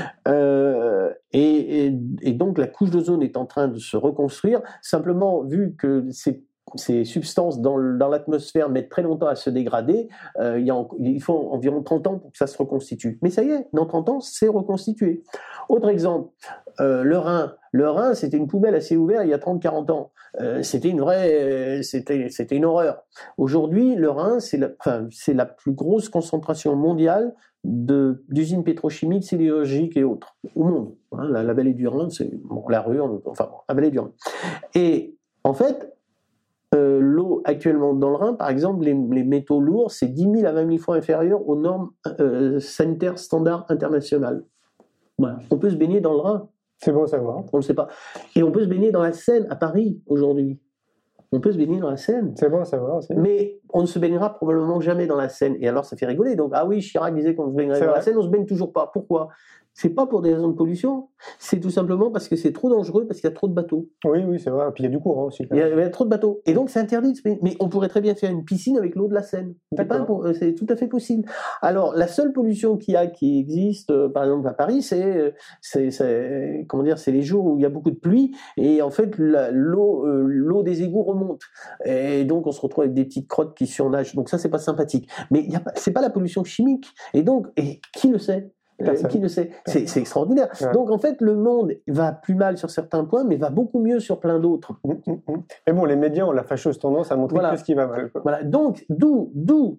Euh, et, et, et donc la couche d'ozone est en train de se reconstruire, simplement vu que c'est ces substances dans, dans l'atmosphère mettent très longtemps à se dégrader, euh, il, y a en, il faut environ trente ans pour que ça se reconstitue. Mais ça y est, dans trente ans, c'est reconstitué. Autre exemple, euh, le Rhin. Le Rhin, c'était une poubelle assez ouverte il y a trente à quarante ans. Euh, c'était une vraie, euh, c'était, c'était une horreur. Aujourd'hui, le Rhin, c'est la, enfin, c'est la plus grosse concentration mondiale de, d'usines pétrochimiques, sidérurgiques et autres, au monde. Hein, la, la vallée du Rhin, c'est bon, la Ruhr, enfin, bon, la vallée du Rhin. Et en fait, Euh, l'eau actuellement dans le Rhin, par exemple, les, les métaux lourds, c'est dix mille à vingt mille fois inférieur aux normes euh, sanitaires standards internationales. Voilà. On peut se baigner dans le Rhin. C'est bon à savoir. On ne le sait pas. Et on peut se baigner dans la Seine à Paris aujourd'hui. On peut se baigner dans la Seine. C'est bon à savoir aussi. Mais on ne se baignera probablement jamais dans la Seine. Et alors ça fait rigoler. Donc, ah oui, Chirac disait qu'on se baignerait C'est dans vrai. la Seine, on ne se baigne toujours pas. Pourquoi ? C'est pas pour des raisons de pollution, c'est tout simplement parce que c'est trop dangereux, parce qu'il y a trop de bateaux. Oui, oui, c'est vrai. Puis il y a du courant aussi. Il y, a, il y a trop de bateaux. Et donc c'est interdit de se baigner. Mais on pourrait très bien faire une piscine avec l'eau de la Seine. C'est, pas pour, c'est tout à fait possible. Alors la seule pollution qu'il y a, qui existe, euh, par exemple à Paris, c'est, c'est, c'est, comment dire, c'est les jours où il y a beaucoup de pluie et en fait la, l'eau, euh, l'eau des égouts remonte. Et donc on se retrouve avec des petites crottes qui surnagent. Donc ça c'est pas sympathique. Mais il y a pas, c'est pas la pollution chimique. Et donc, et qui le sait ? Euh, qui le sait ? C'est, c'est extraordinaire. Ouais. Donc en fait, le monde va plus mal sur certains points, mais va beaucoup mieux sur plein d'autres. Mmh, mmh. Et bon, les médias ont la fâcheuse tendance à montrer voilà. que ce qui va mal. Quoi. Voilà. Donc, d'où, d'où,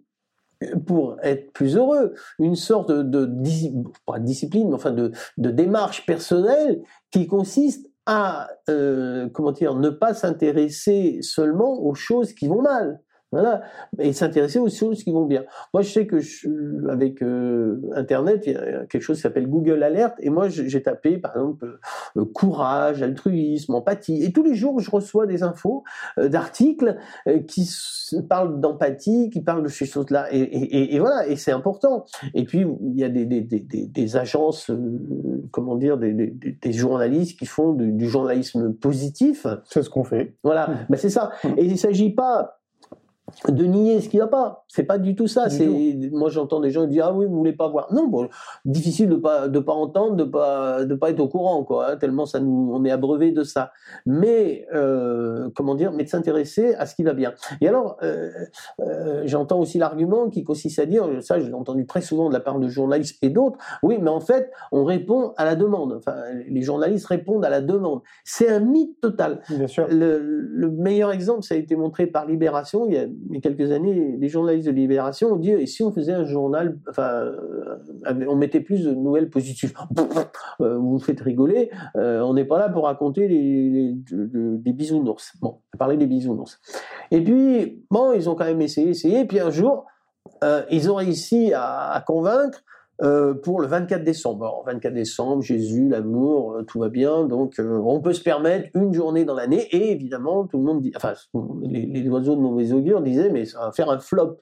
pour être plus heureux, une sorte de, de pas de discipline, mais enfin de, de démarche personnelle qui consiste à, euh, comment dire, ne pas s'intéresser seulement aux choses qui vont mal. Voilà, et s'intéresser aux choses qui vont bien. Moi, je sais que je, avec euh, Internet, il y a quelque chose qui s'appelle Google Alert, et moi, j'ai tapé, par exemple, euh, courage, altruisme, empathie, et tous les jours, je reçois des infos euh, d'articles euh, qui parlent d'empathie, qui parlent de ces choses-là, et, et, et voilà, et c'est important. Et puis, il y a des, des, des, des agences, euh, comment dire, des, des, des journalistes qui font du, du journalisme positif. C'est ce qu'on fait. Voilà, mmh. ben, c'est ça. Et il ne s'agit pas de nier ce qui va pas, c'est pas du tout ça. Du c'est tout. Moi j'entends des gens dire ah oui vous voulez pas voir. Non, bon, difficile de pas de pas entendre, de pas de pas être au courant quoi. Hein, tellement ça nous on est abreuvé de ça. Mais euh, comment dire, mais de s'intéresser à ce qui va bien. Et alors euh, euh, j'entends aussi l'argument qui consiste à dire ça je l'ai entendu très souvent de la part de journalistes et d'autres. Oui mais en fait on répond à la demande. Enfin les journalistes répondent à la demande. C'est un mythe total. Bien sûr. Le, le meilleur exemple ça a été montré par Libération. Il y a il y a quelques années, les journalistes de Libération ont dit, et si on faisait un journal, enfin, euh, on mettait plus de nouvelles positives. euh, vous vous faites rigoler, euh, on n'est pas là pour raconter les, les, les, les bisounours. Bon, parler des bisounours. Et puis, bon, ils ont quand même essayé, essayé, et puis un jour, euh, ils ont réussi à, à convaincre Euh, pour le vingt-quatre décembre. Alors, vingt-quatre décembre, Jésus, l'amour, euh, tout va bien, donc euh, on peut se permettre une journée dans l'année, et évidemment, tout le monde dit, enfin, les, les oiseaux de mauvais augure disaient, mais ça va faire un flop.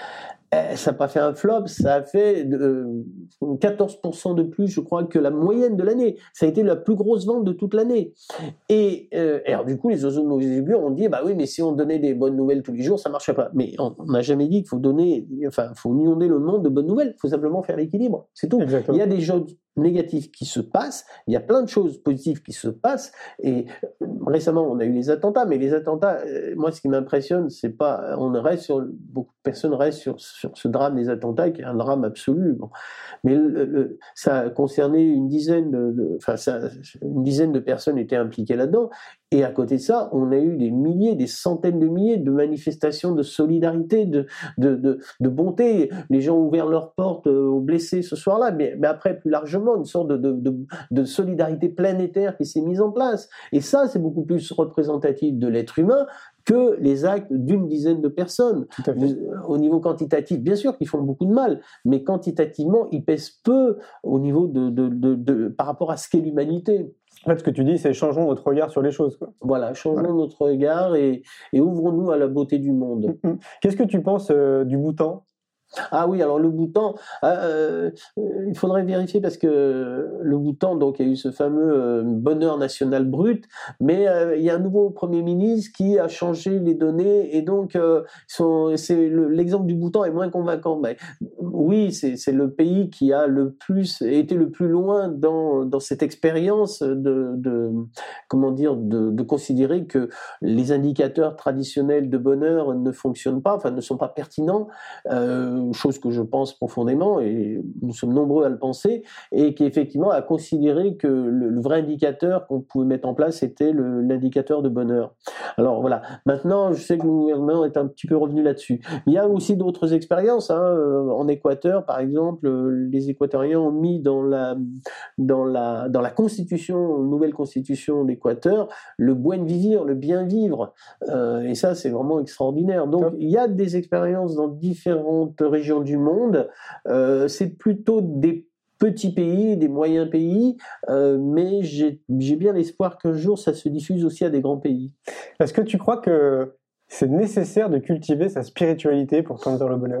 Eh, ça n'a pas fait un flop, ça a fait euh, quatorze pour cent de plus, je crois, que la moyenne de l'année. Ça a été la plus grosse vente de toute l'année. Et, euh, et alors, du coup, les oiseaux de mauvais augure ont dit, bah oui, mais si on donnait des bonnes nouvelles tous les jours, ça ne marcherait pas. Mais on n'a jamais dit qu'il faut donner, enfin, faut inonder le monde de bonnes nouvelles. Il faut simplement faire l'équilibre. C'est tout. Exactement. Il y a des choses négatives qui se passent, il y a plein de choses positives qui se passent, et récemment on a eu les attentats, mais les attentats, euh, moi ce qui m'impressionne, c'est pas, on reste sur, beaucoup de personnes restent sur, sur ce drame des attentats, qui est un drame absolu, bon. Mais le, le, ça a concerné une dizaine de, de enfin ça, une dizaine de personnes étaient impliquées là-dedans, et à côté de ça, on a eu des milliers, des centaines de milliers de manifestations de solidarité, de, de, de, de bonté. Les gens ont ouvert leurs portes aux blessés ce soir-là, mais, mais après, plus largement, une sorte de, de, de, de solidarité planétaire qui s'est mise en place. Et ça, c'est beaucoup plus représentatif de l'être humain que les actes d'une dizaine de personnes. Au niveau quantitatif, bien sûr qu'ils font beaucoup de mal, mais quantitativement, ils pèsent peu au niveau de, de, de, de, par rapport à ce qu'est l'humanité. En fait, ce que tu dis, c'est changeons notre regard sur les choses, quoi. Voilà, changeons voilà. notre regard et, et ouvrons-nous à la beauté du monde. Qu'est-ce que tu penses euh, du Bhoutan ? Ah oui, alors le Bhoutan, euh, euh, il faudrait vérifier parce que le Bhoutan, donc, il y a eu ce fameux euh, bonheur national brut, mais euh, il y a un nouveau Premier ministre qui a changé les données et donc euh, son, c'est le, l'exemple du Bhoutan est moins convaincant. Ben, oui, c'est, c'est le pays qui a le plus été le plus loin dans, dans cette expérience de, de comment dire, de, de considérer que les indicateurs traditionnels de bonheur ne fonctionnent pas, enfin ne sont pas pertinents. Euh, chose que je pense profondément, et nous sommes nombreux à le penser, et qui effectivement a considéré que le, le vrai indicateur qu'on pouvait mettre en place était le, l'indicateur de bonheur. Alors voilà, maintenant je sais que le gouvernement est un petit peu revenu là-dessus. Il y a aussi d'autres expériences, hein. En Équateur par exemple, les Équatoriens ont mis dans la, dans la, dans la constitution, nouvelle constitution d'Équateur, le buen vivir, le bien vivre, euh, et ça c'est vraiment extraordinaire. Donc il y a des expériences dans différentes régions du monde, euh, c'est plutôt des petits pays, des moyens pays, euh, mais j'ai, j'ai bien l'espoir qu'un jour ça se diffuse aussi à des grands pays. Est-ce que tu crois que c'est nécessaire de cultiver sa spiritualité pour tendre vers le bonheur ?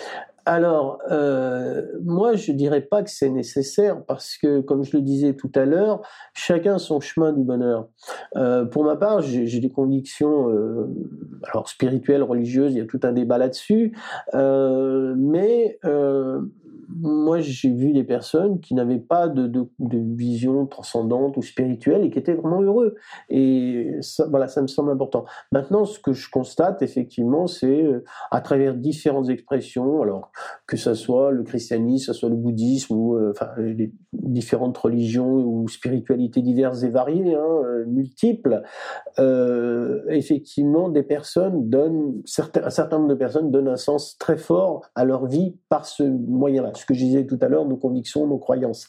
Alors, euh, moi, je dirais pas que c'est nécessaire parce que, comme je le disais tout à l'heure, chacun son chemin du bonheur. Euh, pour ma part, j'ai, j'ai des convictions, euh, alors spirituelles, religieuses, il y a tout un débat là-dessus, euh, mais euh, moi, j'ai vu des personnes qui n'avaient pas de, de, de vision transcendante ou spirituelle et qui étaient vraiment heureux. Et ça, voilà, ça me semble important. Maintenant, ce que je constate, effectivement, c'est euh, à travers différentes expressions, alors que ce soit le christianisme, que ce soit le bouddhisme, ou euh, enfin, les différentes religions ou spiritualités diverses et variées, hein, euh, multiples, euh, effectivement, des personnes donnent, certains, un certain nombre de personnes donnent un sens très fort à leur vie par ce moyen-là. Ce que je disais tout à l'heure, nos convictions, nos croyances.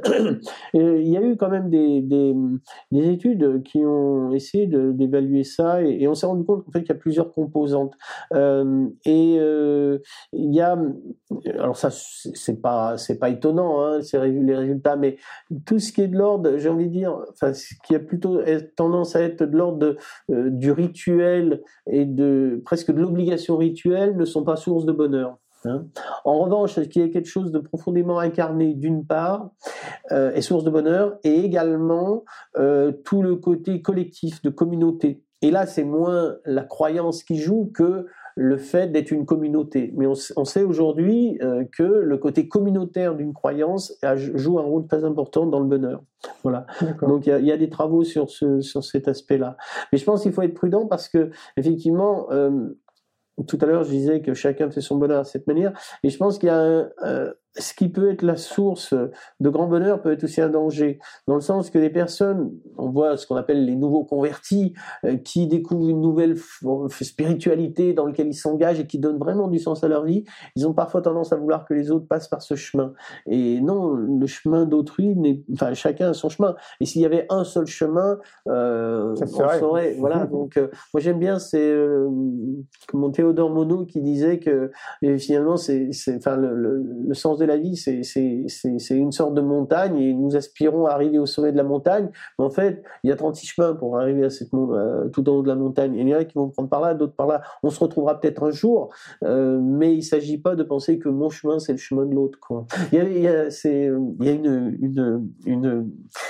Et il y a eu quand même des, des, des études qui ont essayé de, d'évaluer ça, et, et on s'est rendu compte qu'en fait, il y a plusieurs composantes. Euh, et euh, il y a, alors ça, c'est, c'est pas, c'est pas étonnant, hein, c'est les résultats, mais tout ce qui est de l'ordre, j'ai envie de dire, enfin, ce qui a plutôt tendance à être de l'ordre de, euh, du rituel et de presque de l'obligation rituelle ne sont pas source de bonheur. Hein. En revanche, ce qui est quelque chose de profondément incarné, d'une part, euh, est source de bonheur, et également euh, tout le côté collectif, de communauté. Et là, c'est moins la croyance qui joue que le fait d'être une communauté. Mais on, on sait aujourd'hui euh, que le côté communautaire d'une croyance a, joue un rôle très important dans le bonheur. Voilà. D'accord. Donc il y, y a des travaux sur, ce, sur cet aspect-là. Mais je pense qu'il faut être prudent parce que, effectivement, euh, tout à l'heure, je disais que chacun fait son bonheur à cette manière, et je pense qu'il y a un, euh, ce qui peut être la source de grand bonheur peut être aussi un danger, dans le sens que les personnes, on voit ce qu'on appelle les nouveaux convertis, euh, qui découvrent une nouvelle f- spiritualité dans laquelle ils s'engagent et qui donnent vraiment du sens à leur vie, ils ont parfois tendance à vouloir que les autres passent par ce chemin. Et non, le chemin d'autrui, n'est, enfin chacun a son chemin. Et s'il y avait un seul chemin, euh, on saurait. Voilà. Donc, euh, moi j'aime bien, c'est euh, mon Théodore Monod qui disait que et finalement, c'est, c'est, enfin le, le, le sens de la vie, c'est, c'est, c'est, c'est une sorte de montagne et nous aspirons à arriver au sommet de la montagne. Mais en fait, il y a trente-six chemins pour arriver à cette, euh, tout en haut de la montagne. Et il y en a qui vont prendre par là, d'autres par là. On se retrouvera peut-être un jour, euh, mais il ne s'agit pas de penser que mon chemin, c'est le chemin de l'autre, quoi. Il y a, il y a, c'est, il y a une, une, une,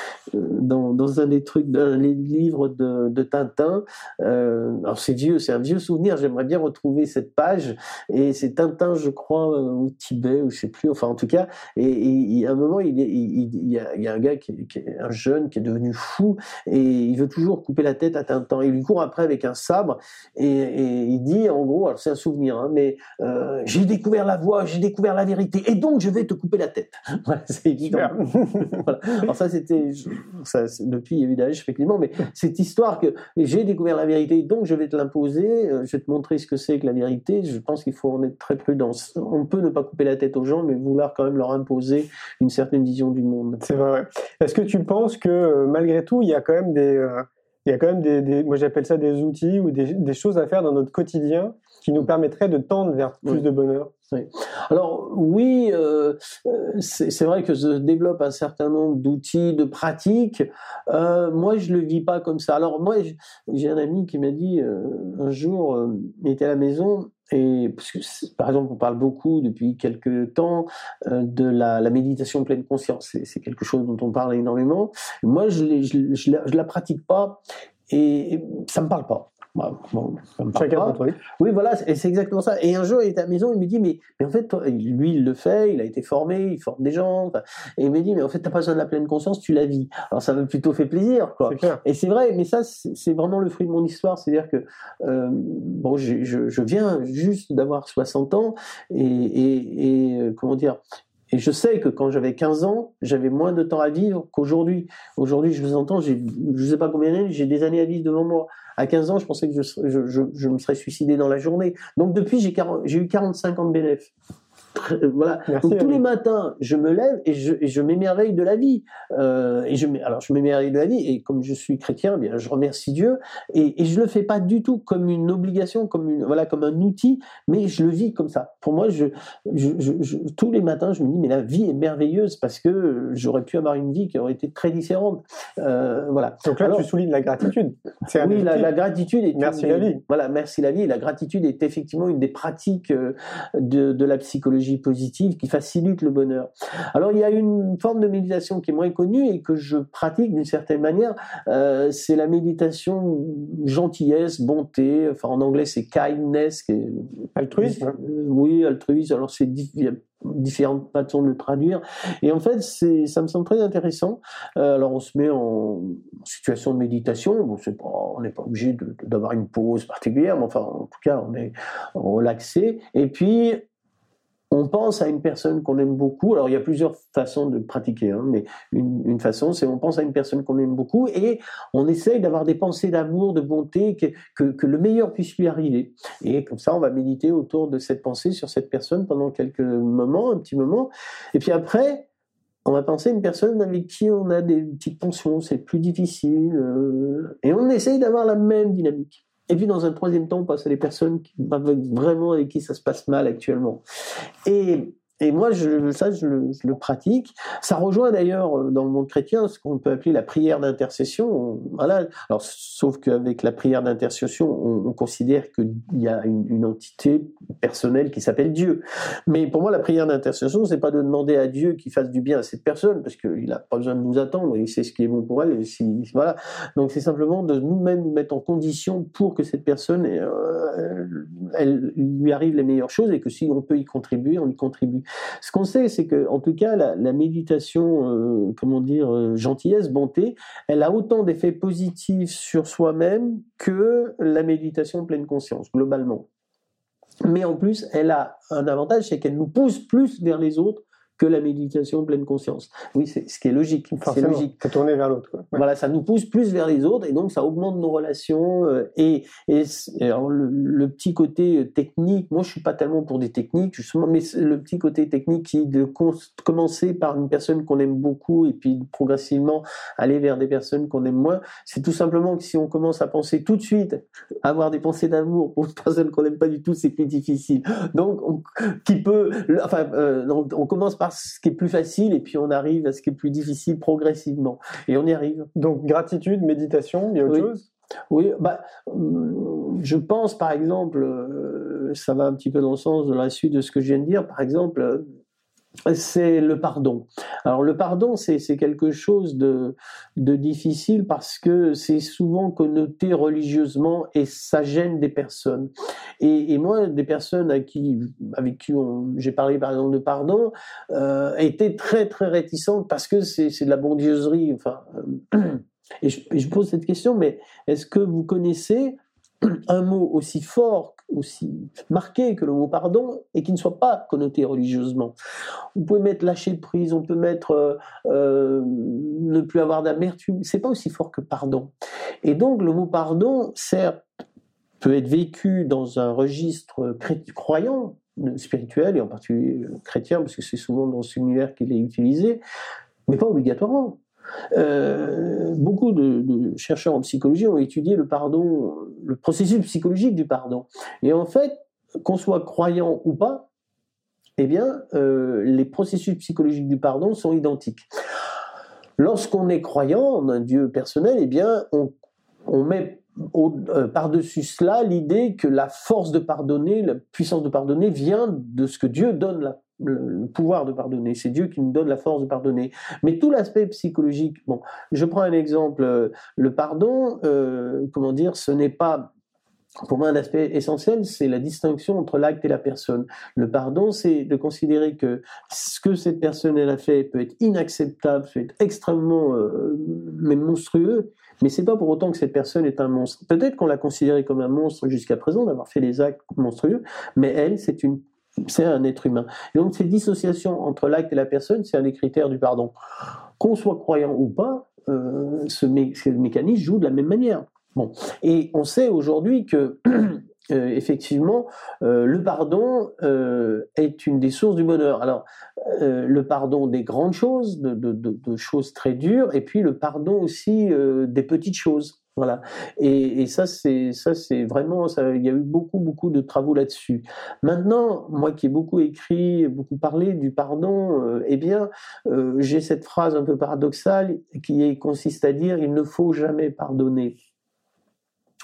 dans, dans un des trucs, dans les livres de, de Tintin, euh, alors c'est vieux, c'est un vieux souvenir, j'aimerais bien retrouver cette page, et c'est Tintin, je crois, au Tibet, ou je sais plus, enfin en tout cas, et, et, et à un moment, il, est, il, il, y a, il y a un gars qui est, qui est un jeune qui est devenu fou, et il veut toujours couper la tête à Tintin. Il lui court après avec un sabre, et, et il dit, en gros, alors c'est un souvenir, hein, mais euh, j'ai découvert la voie, j'ai découvert la vérité, et donc je vais te couper la tête. Voilà, c'est évident. Voilà. Alors ça, c'était, ça, depuis il y a eu d'âge, effectivement, mais cette histoire que j'ai découvert la vérité, donc je vais te l'imposer, je vais te montrer ce que c'est que la vérité, je pense qu'il faut en être très prudent. On peut ne pas couper la tête aux gens, mais vouloir quand même leur imposer une certaine vision du monde. C'est vrai. Ouais. Est-ce que tu penses que euh, malgré tout, il y a quand même des, euh, il y a quand même des, des, moi j'appelle ça des outils ou des, des choses à faire dans notre quotidien qui nous permettraient de tendre vers plus oui. de bonheur? Oui. Alors oui, euh, c'est, c'est vrai que se développe un certain nombre d'outils, de pratiques. Euh, moi, je le vis pas comme ça. Alors moi, j'ai un ami qui m'a dit euh, un jour, euh, il était à la maison. Et parce que, par exemple, on parle beaucoup depuis quelques temps euh, de la, la méditation pleine conscience. C'est, c'est quelque chose dont on parle énormément. Moi, je ne je, je, je, je la pratique pas et, et ça me parle pas. Bon, ça me parle pas. Oui, voilà, et c'est exactement ça. Et un jour, il était à la maison, il me dit, mais, mais en fait, toi, lui, il le fait, il a été formé, il forme des gens. Enfin, et il me dit, mais en fait, t'as pas besoin de la pleine conscience, tu la vis. Alors, ça m'a plutôt fait plaisir, quoi. C'est clair. Et c'est vrai, mais ça, c'est, c'est vraiment le fruit de mon histoire. C'est-à-dire que, euh, bon, je, je, je viens juste d'avoir soixante ans et, et, et comment dire, et je sais que quand j'avais quinze ans, j'avais moins de temps à vivre qu'aujourd'hui. Aujourd'hui, je vous entends, j'ai, je sais pas combien d'années, j'ai des années à vivre devant moi. À quinze ans, je pensais que je, je, je, je me serais suicidé dans la journée. Donc depuis, j'ai, quarante, j'ai eu quarante-cinq ans de bénéfice. Voilà. Merci, donc tous les matins, je me lève et je, et je m'émerveille de la vie. Euh, et je, alors je m'émerveille de la vie et comme je suis chrétien, bien je remercie Dieu et, et je le fais pas du tout comme une obligation, comme une voilà, comme un outil, mais je le vis comme ça. Pour moi, je, je, je, je tous les matins, je me dis mais la vie est merveilleuse parce que j'aurais pu avoir une vie qui aurait été très différente. Euh, voilà. Donc là, alors, tu soulignes la gratitude. C'est oui, la, la gratitude est merci une, la vie. Voilà, merci la vie. Et la gratitude est effectivement une des pratiques de, de la psychologie positive qui facilite le bonheur. Alors il y a une forme de méditation qui est moins connue et que je pratique d'une certaine manière, euh, c'est la méditation gentillesse, bonté, enfin en anglais c'est kindness, qui est, altruisme. Euh, oui, altruisme. Alors c'est il y a différentes façons de le traduire et en fait c'est ça me semble très intéressant. Euh, alors on se met en situation de méditation, bon, c'est pas, on n'est pas obligé de, de, d'avoir une pause particulière, mais enfin en tout cas on est relaxé et puis on pense à une personne qu'on aime beaucoup. Alors, il y a plusieurs façons de pratiquer, hein, mais une, une façon, c'est on pense à une personne qu'on aime beaucoup et on essaye d'avoir des pensées d'amour, de bonté, que, que, que le meilleur puisse lui arriver. Et comme ça, on va méditer autour de cette pensée sur cette personne pendant quelques moments, un petit moment. Et puis après, on va penser à une personne avec qui on a des petites tensions, c'est plus difficile. Euh, et on essaye d'avoir la même dynamique. Et puis, dans un troisième temps, on passe à des personnes qui, vraiment avec qui ça se passe mal actuellement. Et, et moi, je, ça, je le, je le pratique. Ça rejoint d'ailleurs, dans le monde chrétien, ce qu'on peut appeler la prière d'intercession. On, voilà. Alors, sauf qu'avec la prière d'intercession, on, on considère qu'il y a une, une entité personnelle qui s'appelle Dieu. Mais pour moi, la prière d'intercession, c'est pas de demander à Dieu qu'il fasse du bien à cette personne, parce qu'il n'a pas besoin de nous attendre, il sait ce qui est bon pour elle. Et si, voilà. Donc, c'est simplement de nous-mêmes nous mettre en condition pour que cette personne, euh, elle, lui arrive les meilleures choses et que si on peut y contribuer, on y contribue. Ce qu'on sait, c'est que, en tout cas, la, la méditation, euh, comment dire, euh, gentillesse, bonté, elle a autant d'effets positifs sur soi-même que la méditation pleine conscience, globalement. Mais en plus, elle a un avantage, c'est qu'elle nous pousse plus vers les autres que la méditation pleine conscience. Oui, c'est ce qui est logique. C'est logique. C'est tourné vers l'autre. Ouais. Voilà, ça nous pousse plus vers les autres et donc ça augmente nos relations. Euh, et et, et alors le, le petit côté technique, moi je suis pas tellement pour des techniques justement, mais le petit côté technique qui de con- commencer par une personne qu'on aime beaucoup et puis progressivement aller vers des personnes qu'on aime moins, c'est tout simplement que si on commence à penser tout de suite, avoir des pensées d'amour pour une personne qu'on n'aime pas du tout, c'est plus difficile. Donc, on, qui peut, enfin, euh, on, on commence par ce qui est plus facile et puis on arrive à ce qui est plus difficile progressivement. Et on y arrive. Donc, gratitude, méditation, il y a autre oui. chose ? Oui, bah, je pense par exemple, euh, ça va un petit peu dans le sens de la suite de ce que je viens de dire, par exemple, euh, c'est le pardon. Alors le pardon, c'est, c'est quelque chose de, de difficile parce que c'est souvent connoté religieusement et ça gêne des personnes. Et, et moi, des personnes à qui, avec qui on, j'ai parlé par exemple de pardon, euh, étaient très très réticentes parce que c'est, c'est de la bondieuserie. Enfin, euh, et, je, et je pose cette question, mais est-ce que vous connaissez un mot aussi fort, aussi marqué que le mot pardon, et qui ne soit pas connoté religieusement? Vous pouvez mettre lâcher prise, on peut mettre euh, euh, ne plus avoir d'amertume, c'est pas aussi fort que pardon. Et donc le mot pardon, certes, peut être vécu dans un registre croyant, spirituel, et en particulier chrétien, parce que c'est souvent dans cet univers qu'il est utilisé, mais pas obligatoirement. Euh, beaucoup de, de chercheurs en psychologie ont étudié le pardon, le processus psychologique du pardon. Et en fait, qu'on soit croyant ou pas, eh bien, euh, les processus psychologiques du pardon sont identiques. Lorsqu'on est croyant en un Dieu personnel, eh bien, on, on met au, euh, par-dessus cela l'idée que la force de pardonner, la puissance de pardonner vient de ce que Dieu donne là. Le pouvoir de pardonner, c'est Dieu qui nous donne la force de pardonner. Mais tout l'aspect psychologique, bon, je prends un exemple, le pardon, euh, comment dire, ce n'est pas, pour moi un aspect essentiel, c'est la distinction entre l'acte et la personne. Le pardon, c'est de considérer que ce que cette personne elle a fait peut être inacceptable, peut être extrêmement, euh, même monstrueux, mais c'est pas pour autant que cette personne est un monstre. Peut-être qu'on l'a considérée comme un monstre jusqu'à présent, d'avoir fait des actes monstrueux, mais elle, c'est une c'est un être humain. Et donc, cette dissociation entre l'acte et la personne, c'est un des critères du pardon. Qu'on soit croyant ou pas, euh, ce, mé- ce mécanisme joue de la même manière. Bon. Et on sait aujourd'hui que, euh, effectivement, euh, le pardon euh, est une des sources du bonheur. Alors, euh, le pardon des grandes choses, de, de, de, de choses très dures, et puis le pardon aussi euh, des petites choses. Voilà. Et, et ça, c'est, ça, c'est vraiment, ça, il y a eu beaucoup, beaucoup de travaux là-dessus. Maintenant, moi qui ai beaucoup écrit, beaucoup parlé du pardon, euh, eh bien, euh, j'ai cette phrase un peu paradoxale qui est, consiste à dire, il ne faut jamais pardonner. Pourquoi ?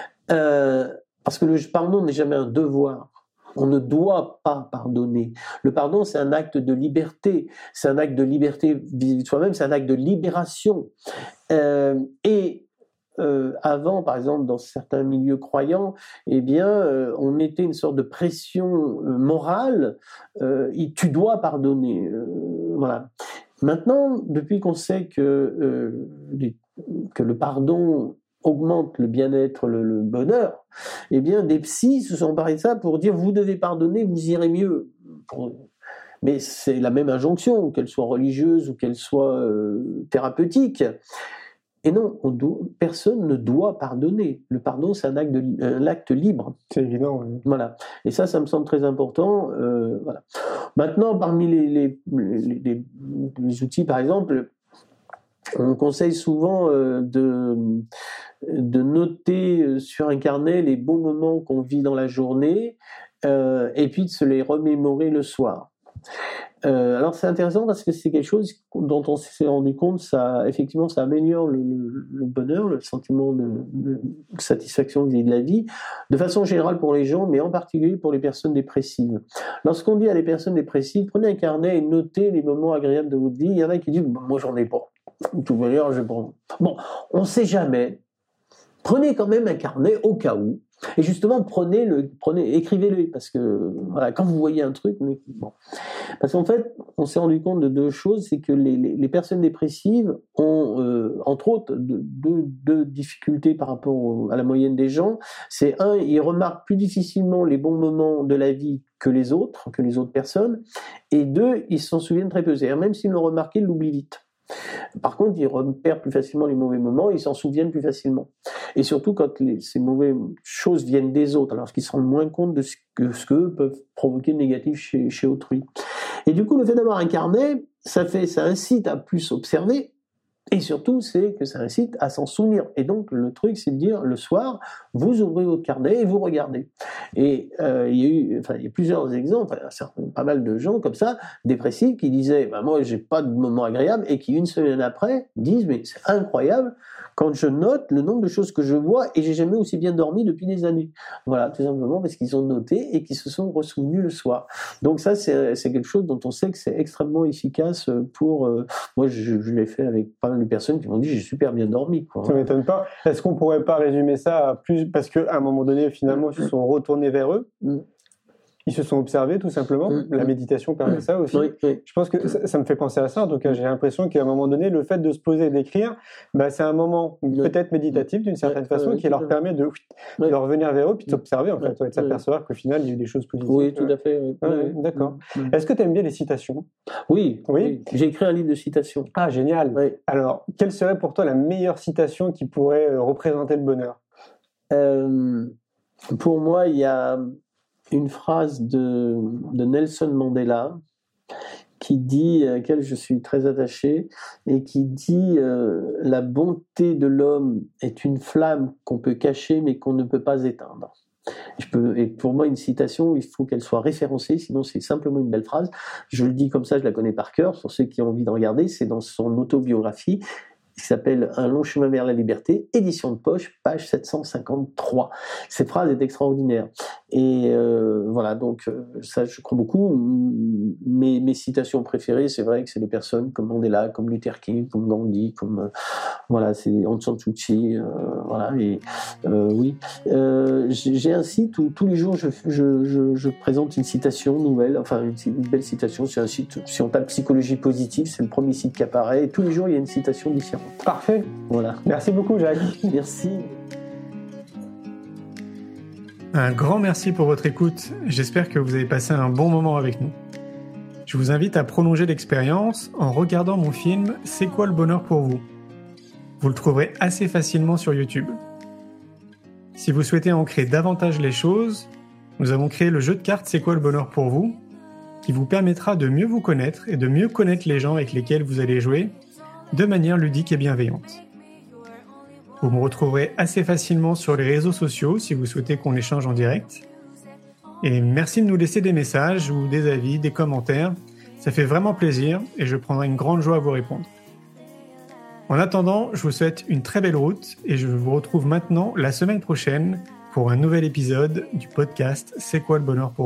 euh, Parce que le pardon n'est jamais un devoir. On ne doit pas pardonner. Le pardon, c'est un acte de liberté. C'est un acte de liberté vis-à-vis de soi-même, c'est un acte de libération. Euh, et euh, avant, par exemple, dans certains milieux croyants, eh bien, euh, on mettait une sorte de pression euh, morale. Euh, et tu dois pardonner. Euh, voilà. Maintenant, depuis qu'on sait que, euh, les, que le pardon augmente le bien-être, le, le bonheur, eh bien, des psys se sont emparés de ça pour dire vous devez pardonner, vous irez mieux. Mais c'est la même injonction, qu'elle soit religieuse ou qu'elle soit euh, thérapeutique. Et non, on doit, personne ne doit pardonner. Le pardon, c'est un acte, de, un acte libre. C'est évident. Oui. Voilà. Et ça, ça me semble très important. Euh, voilà. Maintenant, parmi les, les, les, les, les outils, par exemple, on conseille souvent euh, de, de noter sur un carnet les bons moments qu'on vit dans la journée euh, et puis de se les remémorer le soir. Euh, alors c'est intéressant parce que c'est quelque chose dont on s'est rendu compte, ça effectivement ça améliore le, le, le bonheur, le sentiment de, de satisfaction vis-à-vis de la vie, de façon générale pour les gens, mais en particulier pour les personnes dépressives. Lorsqu'on dit à les personnes dépressives, prenez un carnet et notez les moments agréables de votre vie, il y en a qui disent bon, moi j'en ai pas. Tout va dire, je prends. Bon, on ne sait jamais. Prenez quand même un carnet au cas où. Et justement, prenez le, prenez, écrivez-le parce que voilà, quand vous voyez un truc, mais, bon. Parce qu'en fait, on s'est rendu compte de deux choses, c'est que les, les, les personnes dépressives ont, euh, entre autres, deux, deux, deux difficultés par rapport au, à la moyenne des gens. C'est un, ils remarquent plus difficilement les bons moments de la vie que les autres, que les autres personnes. Et deux, ils s'en souviennent très peu. C'est-à-dire, même s'ils l'ont remarqué, ils l'oublient vite. Par contre, ils repèrent plus facilement les mauvais moments, ils s'en souviennent plus facilement. Et surtout quand les, ces mauvaises choses viennent des autres, alors qu'ils se rendent moins compte de ce que ce qu'eux peuvent provoquer de négatif chez, chez autrui. Et du coup, le fait d'avoir un carnet, ça fait, ça incite à plus observer. Et surtout, c'est que ça incite à s'en souvenir. Et donc, le truc, c'est de dire, le soir, vous ouvrez votre carnet et vous regardez. Et euh, il y a eu, enfin, il y a plusieurs exemples, enfin, pas mal de gens comme ça, dépressifs, qui disaient, bah, moi, j'ai pas de moment agréable, et qui, une semaine après, disent, mais c'est incroyable, quand je note le nombre de choses que je vois, et j'ai jamais aussi bien dormi depuis des années. Voilà, tout simplement parce qu'ils ont noté et qu'ils se sont ressouvenus le soir. Donc ça, c'est, c'est quelque chose dont on sait que c'est extrêmement efficace pour... Euh, moi, je, je l'ai fait avec pas mal de personnes qui m'ont dit, j'ai super bien dormi. Quoi. Ça m'étonne pas. Est-ce qu'on pourrait pas résumer ça à plus... Parce qu'à un moment donné, finalement, ils se sont retournés vers eux. Mm. Ils se sont observés, tout simplement. Mmh. La méditation permet mmh. ça aussi. Oui, oui. Je pense que ça, ça me fait penser à ça. En tout cas, j'ai l'impression qu'à un moment donné, le fait de se poser et d'écrire, bah, c'est un moment oui. peut-être méditatif d'une certaine oui, façon oui, qui leur permet de, oui. de revenir vers eux puis de s'observer, en fait, oui. et de s'apercevoir qu'au final, il y a eu des choses positives. Oui, tout à fait. Oui. Ah, oui. D'accord. Mmh. Est-ce que tu aimes bien les citations ? Oui, oui. oui. J'ai écrit un livre de citations. Ah, génial. Oui. Alors, quelle serait pour toi la meilleure citation qui pourrait représenter le bonheur ? euh, Pour moi, il y a... une phrase de, de Nelson Mandela qui dit, à laquelle je suis très attaché, et qui dit euh, « La bonté de l'homme est une flamme qu'on peut cacher mais qu'on ne peut pas éteindre ». Je peux, et pour moi, une citation, il faut qu'elle soit référencée, sinon c'est simplement une belle phrase. Je le dis comme ça, je la connais par cœur, pour ceux qui ont envie de regarder, c'est dans son autobiographie, qui s'appelle « Un long chemin vers la liberté », édition de poche, page sept cent cinquante-trois. Cette phrase est extraordinaire. Et euh, voilà, donc ça, je crois beaucoup. Mes, mes citations préférées, c'est vrai que c'est des personnes comme Mandela, comme Luther King, comme Gandhi, comme euh, voilà, c'est Aung San Suu Kyi, euh, voilà. Et euh, oui, euh, j'ai, j'ai un site où tous les jours je, je, je, je présente une citation nouvelle, enfin une, une belle citation. C'est un site. Si on tape psychologie positive, c'est le premier site qui apparaît. Et tous les jours, il y a une citation différente. Parfait. Voilà. Merci beaucoup, Jacques. Merci. Un grand merci pour votre écoute. J'espère que vous avez passé un bon moment avec nous. Je vous invite à prolonger l'expérience en regardant mon film « C'est quoi le bonheur pour vous ?» Vous le trouverez assez facilement sur YouTube. Si vous souhaitez ancrer davantage les choses, nous avons créé le jeu de cartes « C'est quoi le bonheur pour vous ?» qui vous permettra de mieux vous connaître et de mieux connaître les gens avec lesquels vous allez jouer de manière ludique et bienveillante. Vous me retrouverez assez facilement sur les réseaux sociaux si vous souhaitez qu'on échange en direct. Et merci de nous laisser des messages ou des avis, des commentaires. Ça fait vraiment plaisir et je prendrai une grande joie à vous répondre. En attendant, je vous souhaite une très belle route et je vous retrouve maintenant la semaine prochaine pour un nouvel épisode du podcast « C'est quoi le bonheur pour vous ?»